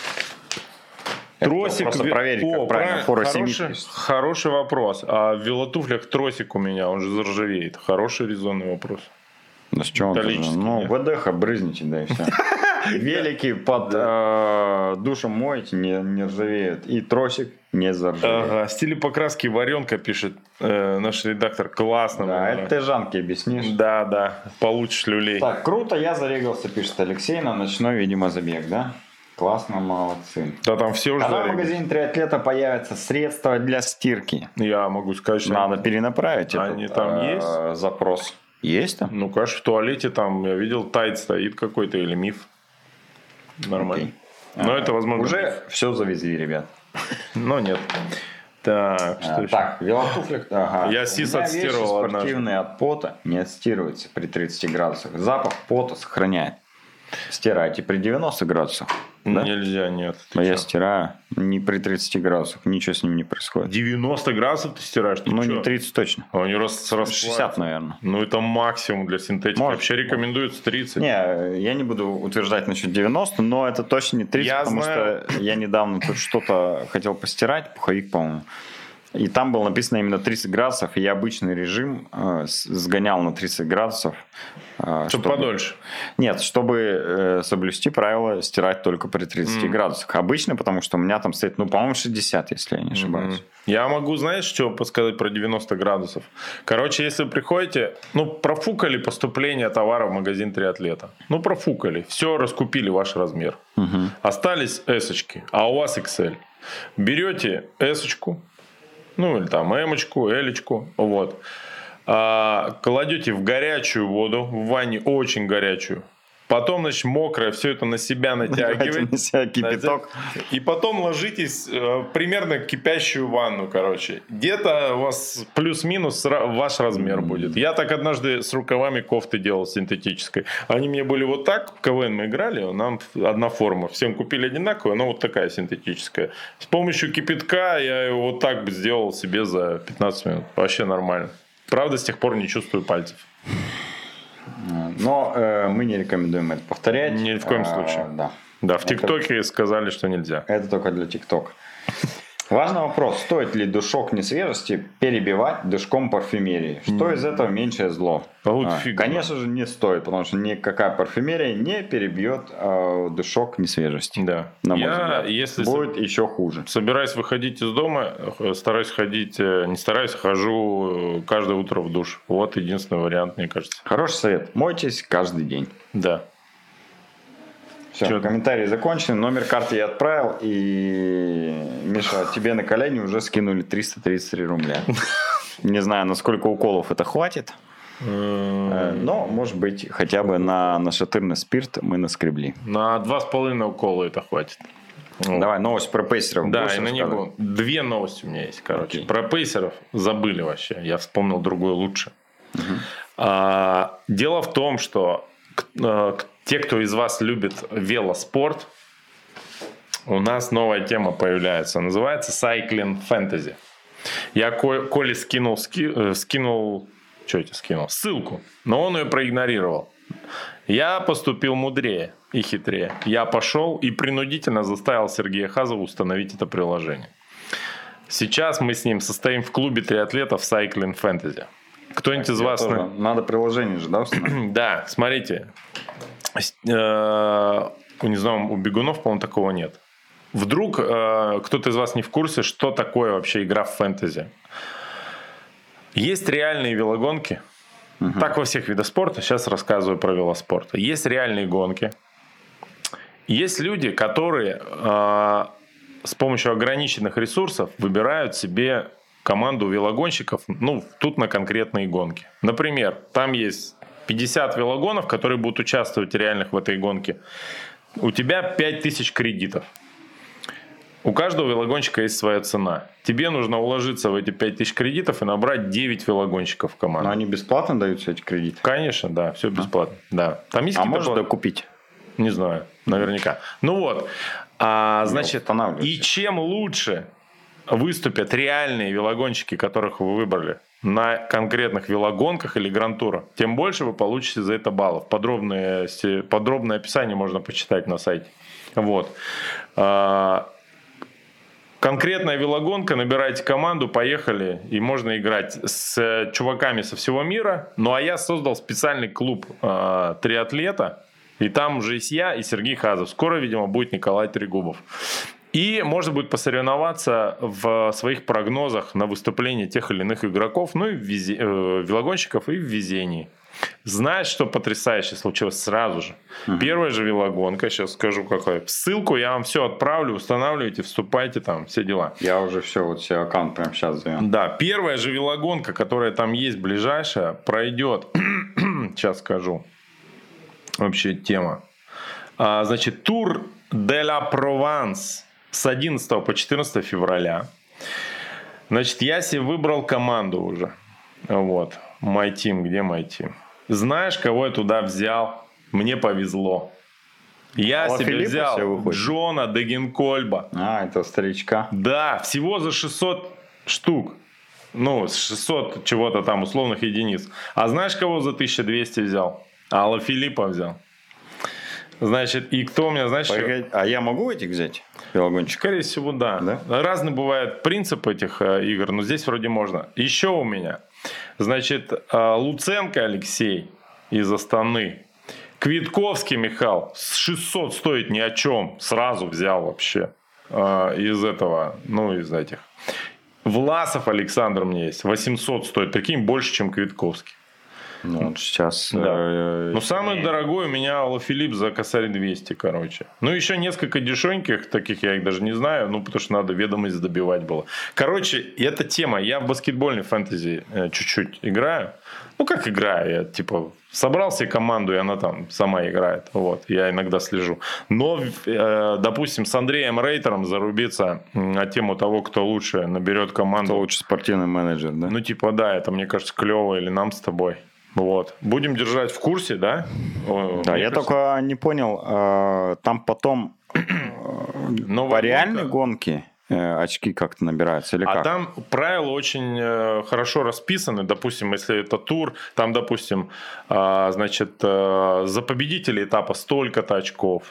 Тросик. Просто проверить, О, как правильно. Хороший, хороший вопрос. А в велотуфлях тросик у меня, он же заржавеет. Хороший резонный вопрос. Да с чего он? Ну, ВДХ брызните, да и все. Велики под э, душем моете, не, не ржавеют. И тросик не заржавеет. Ага, стиле покраски варенка, пишет э, наш редактор. Классно. Да, это ты Жанке объяснишь. Да, да. Получишь люлей. Так, круто, я зарегался, пишет Алексей, на ночной, видимо, забег, да? Классно, молодцы. Да, там все уже. Когда в магазине триатлета появятся средства для стирки? Я могу сказать, что надо перенаправить они этот там э, есть? запрос. Есть там? Ну, конечно, в туалете там, я видел, тайт стоит какой-то или миф. Нормально. Okay. Но а, это, возможно... Уже миф. Все завезли, ребят. Но нет. Так, что а, еще? Так, велотуфли. Ага. Я сис отстирывал однажды. Спортивные от пота не отстирываются при тридцати градусах. Запах пота сохраняет. Стирайте при девяноста градусах. Да? Нельзя, нет. А я стираю не при тридцати градусах, ничего с ним не происходит. девяносто градусов ты стираешь? Ты ну, чё? не тридцать точно. А они рас, шестьдесят, наверное. Ну, это максимум для синтетики. Может, Вообще рекомендуется тридцать. Не, я не буду утверждать насчет девяноста, но это точно не тридцать, я потому знаю. Что я недавно тут что-то хотел постирать, пуховик, по-моему. И там было написано именно тридцать градусов, и я обычный режим э, сгонял на тридцать градусов. Э, чтобы, чтобы подольше? Нет, чтобы э, соблюсти правило стирать только при тридцати mm. градусах. Обычно, потому что у меня там стоит, ну, по-моему, шестьдесят, если я не ошибаюсь. Mm-hmm. Я могу, знаешь, что подсказать про девяносто градусов? Короче, если вы приходите, ну, профукали поступление товара в магазин триатлета. Ну, профукали. Все, раскупили ваш размер. Mm-hmm. Остались эсочки, а у вас икс эль. Берете эсочку, ну, или там эмочку, элечку, вот. А, кладете в горячую воду, в ванне очень горячую. Потом, значит, мокрое, все это на себя натягиваете. На себя кипяток. И потом ложитесь э, примерно в кипящую ванну, короче. Где-то у вас плюс-минус ваш размер mm-hmm. будет. Я так однажды с рукавами кофты делал синтетической. Они мне были вот так, в КВН мы играли, нам одна форма. Всем купили одинаковую, но вот такая синтетическая. С помощью кипятка я его вот так бы сделал себе за пятнадцать минут. Вообще нормально. Правда, с тех пор не чувствую пальцев. Но э, мы не рекомендуем это повторять. Ни в коем случае. А, да. Да, в ТикТоке это... сказали, что нельзя. Это только для ТикТока. Важный вопрос. Стоит ли душок несвежести перебивать душком парфюмерии? Что mm. из этого меньшее зло? А, конечно же, не стоит, потому что никакая парфюмерия не перебьет э, душок несвежести. Да. На мой Я, взгляд. если будет с... еще хуже. Собираюсь выходить из дома, стараюсь ходить, не стараюсь, хожу каждое утро в душ. Вот единственный вариант, мне кажется. Хороший совет. Мойтесь каждый день. Да. Все, Чё? Комментарии закончены. Номер карты я отправил. И, Миша, тебе на колени уже скинули триста тридцать три рубля. Не знаю, на сколько уколов это хватит. Но, может быть, хотя бы на нашатырный спирт мы наскребли. На два с половиной укола это хватит. Давай, новость про пейсеров. Да, и на него две новости у меня есть, короче. Okay. Про пейсеров забыли вообще. Я вспомнил другое лучше. Uh-huh. А, дело в том, что те, кто из вас любит велоспорт, у нас новая тема появляется. Называется Cycling Fantasy. Я Коле скинул, ски, скинул, что я тебе скинул? Ссылку, но он ее проигнорировал. Я поступил мудрее и хитрее. Я пошел и принудительно заставил Сергея Хазова установить это приложение. Сейчас мы с ним состоим в клубе триатлетов Cycling Fantasy. Кто-нибудь из вас... На... Надо приложение же, да, установить? Да, смотрите. Не знаю, у бегунов, по-моему, такого нет. Вдруг кто-то из вас не в курсе, что такое вообще игра в фэнтези. Есть реальные велогонки. Угу. Так во всех видах спорта. Сейчас рассказываю про велоспорт. Есть реальные гонки. Есть люди, которые э, с помощью ограниченных ресурсов выбирают себе команду велогонщиков, ну, тут на конкретные гонки. Например, там есть пятьдесят велогонов, которые будут участвовать реальных в этой гонке. У тебя пять тысяч кредитов. У каждого велогонщика есть своя цена. Тебе нужно уложиться в эти пять тысяч кредитов и набрать девять велогонщиков в команду. Но они бесплатно даются, эти кредиты? Конечно, да, все бесплатно. А, да. Там есть а можно докупить? Не знаю, наверняка. Ну вот, а, значит, и чем лучше выступят реальные велогонщики, которых вы выбрали на конкретных велогонках или гран-турах, тем больше вы получите за это баллов. Подробное, подробное описание можно почитать на сайте. Вот. Конкретная велогонка, набирайте команду, поехали, и можно играть с чуваками со всего мира. Ну а я создал специальный клуб э, триатлета, и там уже есть я и Сергей Хазов. Скоро, видимо, будет Николай Трегубов. И можно будет посоревноваться в своих прогнозах на выступление тех или иных игроков, ну и везе... э, велогонщиков, и в везении. Знаешь, что потрясающе случилось сразу же? Uh-huh. Первая же велогонка, сейчас скажу какая. Ссылку я вам все отправлю, устанавливайте, вступайте, там все дела. Я уже все, вот все аккаунт прямо сейчас завел. Да, первая же велогонка, которая там есть, ближайшая, пройдет. Сейчас скажу. Вообще тема. А, значит, Тур де ла Прованс с одиннадцатого по четырнадцатое февраля. Значит, я себе выбрал команду уже. Вот. My Team, где My Team? Знаешь, кого я туда взял? Мне повезло. Я Ала себе Филиппа взял Джона Дегенкольба. А, это старичка. Да, всего за шестьсот штук. Ну, шестьсот чего-то там условных единиц. А знаешь, кого за тысячу двести взял? Ала Филиппа взял. Значит, и кто у меня, знаешь... Погоди, а я могу этих взять? Велогонщик? Скорее всего, да. да. Разный бывает принцип этих э, игр, но здесь вроде можно. Еще у меня. Значит, э, Луценко Алексей из Астаны. Квитковский Михаил. шестьсот стоит ни о чем. Сразу взял вообще. Э, из этого, ну, из этих. Власов Александр у меня есть. восемьсот стоит. Прикинь, больше, чем Квитковский. Ну, вот сейчас... Да. Э, ну, самый дорогой у меня Ала Филипп за косарь двести, короче. Ну, еще несколько дешевеньких, таких я их даже не знаю, ну, потому что надо ведомость добивать было. Короче, эта тема. Я в баскетбольной фэнтези э, чуть-чуть играю. Ну, как играю? Я, типа, собрал себе команду, и она там сама играет. Вот, я иногда слежу. Но, э, допустим, с Андреем Рейтером зарубиться на тему того, кто лучше наберет команду. Кто лучше спортивный менеджер, да? Ну, типа, да, это, мне кажется, клево, или нам с тобой. Вот. Будем держать в курсе, да? Да, я кажется... только не понял, там потом по реальной гонке очки как-то набираются или а как? А там правила очень хорошо расписаны. Допустим, если это тур, там, допустим, значит, за победителей этапа столько-то очков.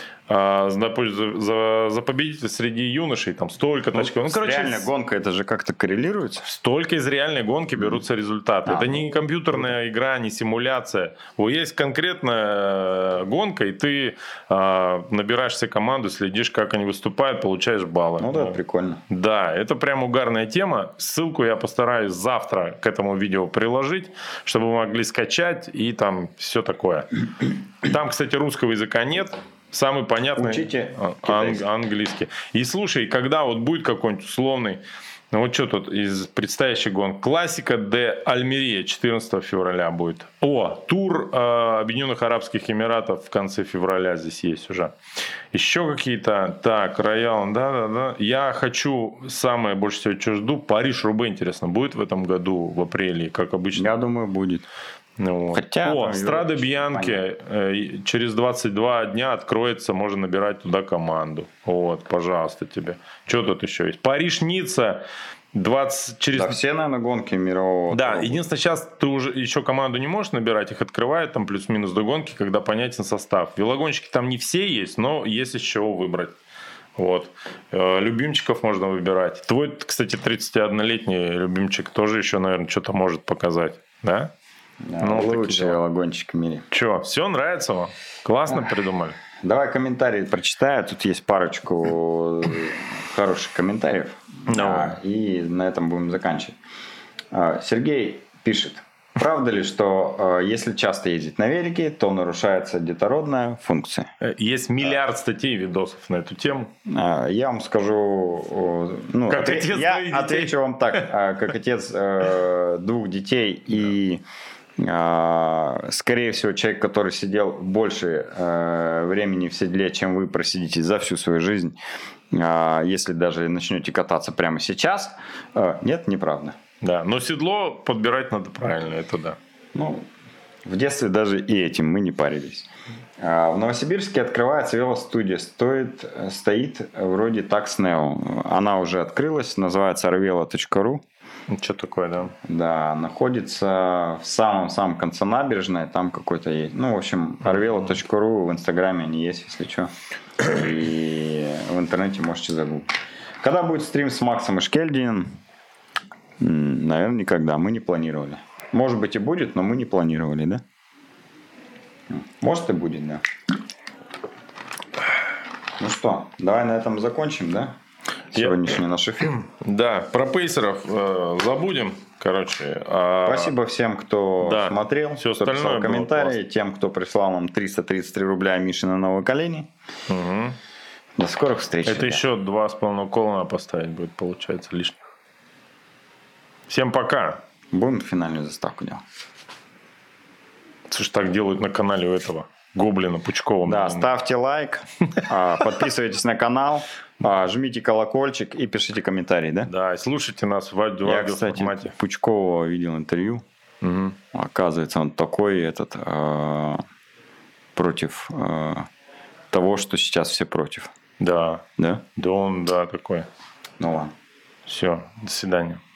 А, за, за победителя среди юношей там столько-то очков. Ну, короче, реальная гонка, это же как-то коррелируется? Столько из реальной гонки берутся результаты. А, это не компьютерная ну, игра, не симуляция. Вот есть конкретная гонка, и ты а, набираешь себе команду, следишь, как они выступают, получаешь баллы. Ну да, ну, прикольно. Да, это прям угарная тема. Ссылку я постараюсь завтра к этому видео приложить, чтобы вы могли скачать и там все такое. Там, кстати, русского языка нет. Самый понятный Учите ан- английский. И слушай, когда вот будет какой-нибудь условный, ну вот что тут из предстоящих гонок, классика де Альмерия четырнадцатого февраля будет. О, тур э, Объединенных Арабских Эмиратов в конце февраля здесь есть уже. Еще какие-то, так, Роял, да-да-да. Я хочу, самое больше всего, что жду, Париж-Roubaix, интересно, будет в этом году в апреле, как обычно? Я думаю, будет. Вот. Хотя, О, Страда Бьянки э, через двадцать два дня откроется, можно набирать туда команду. Вот, пожалуйста, тебе. Что тут еще есть? Париж-Ницца двадцать через... Да, все, наверное, гонки мирового. Да, тура. Единственное, сейчас ты уже еще команду не можешь набирать, их открывают там плюс-минус до гонки, когда понятен состав. Велогонщики там не все есть, но есть из чего выбрать. Вот. Любимчиков можно выбирать. Твой, кстати, тридцатиоднолетний любимчик тоже еще, наверное, что-то может показать, да? Да, ну, лучший велогонщик в мире. Че, все нравится вам? Классно Ах. придумали. Давай комментарии прочитаю. Тут есть парочку хороших комментариев. No. И на этом будем заканчивать. Сергей пишет. Правда ли, что если часто ездить на велике, то нарушается детородная функция? Есть миллиард статей и видосов на эту тему. Я вам скажу... Ну, как ответ, отец я отвечу вам так. Как отец двух детей и... Скорее всего, человек, который сидел больше э, времени в седле, чем вы просидите за всю свою жизнь, э, если даже начнете кататься прямо сейчас, э, нет, неправда. Да, но седло подбирать надо правильно, это да. Ну, в детстве даже и этим мы не парились. Э, в Новосибирске открывается велостудия, стоит, стоит вроде Tax Neo. Она уже открылась, называется арвела точка ру. Что такое, да? Да, находится в самом-самом конце набережной, там какой-то есть. Ну, в общем, арвела точка ру в Инстаграме они есть, если что. И в интернете можете загуглить. Когда будет стрим с Максом и Шкельдиным? Наверное, никогда. Мы не планировали. Может быть и будет, но мы не планировали, да? Может и будет, да. Ну что, давай на этом закончим, да? Сегодняшний Я... наш эфир. Да, про пейсеров э, забудем. Короче, а... Спасибо всем, кто да. смотрел, все кто писал комментарии, тем, кто прислал нам триста тридцать три рубля Миши на новые колени. Угу. До скорых встреч. Это ребят. Еще два с половиной укола надо поставить будет, получается, лишних. Всем пока. Будем финальную заставку делать. Слушай, так делают на канале у этого Гоблина Пучкова. Да, ставьте лайк, подписывайтесь на канал. А, жмите колокольчик и пишите комментарии, да? Да, и слушайте нас в аудиоформате. Я, кстати, Пучкова видел интервью. Угу. Оказывается, он такой этот э, против э, того, что сейчас все против. Да. Да? Да, он, да, такой. Ну ладно. Все, до свидания.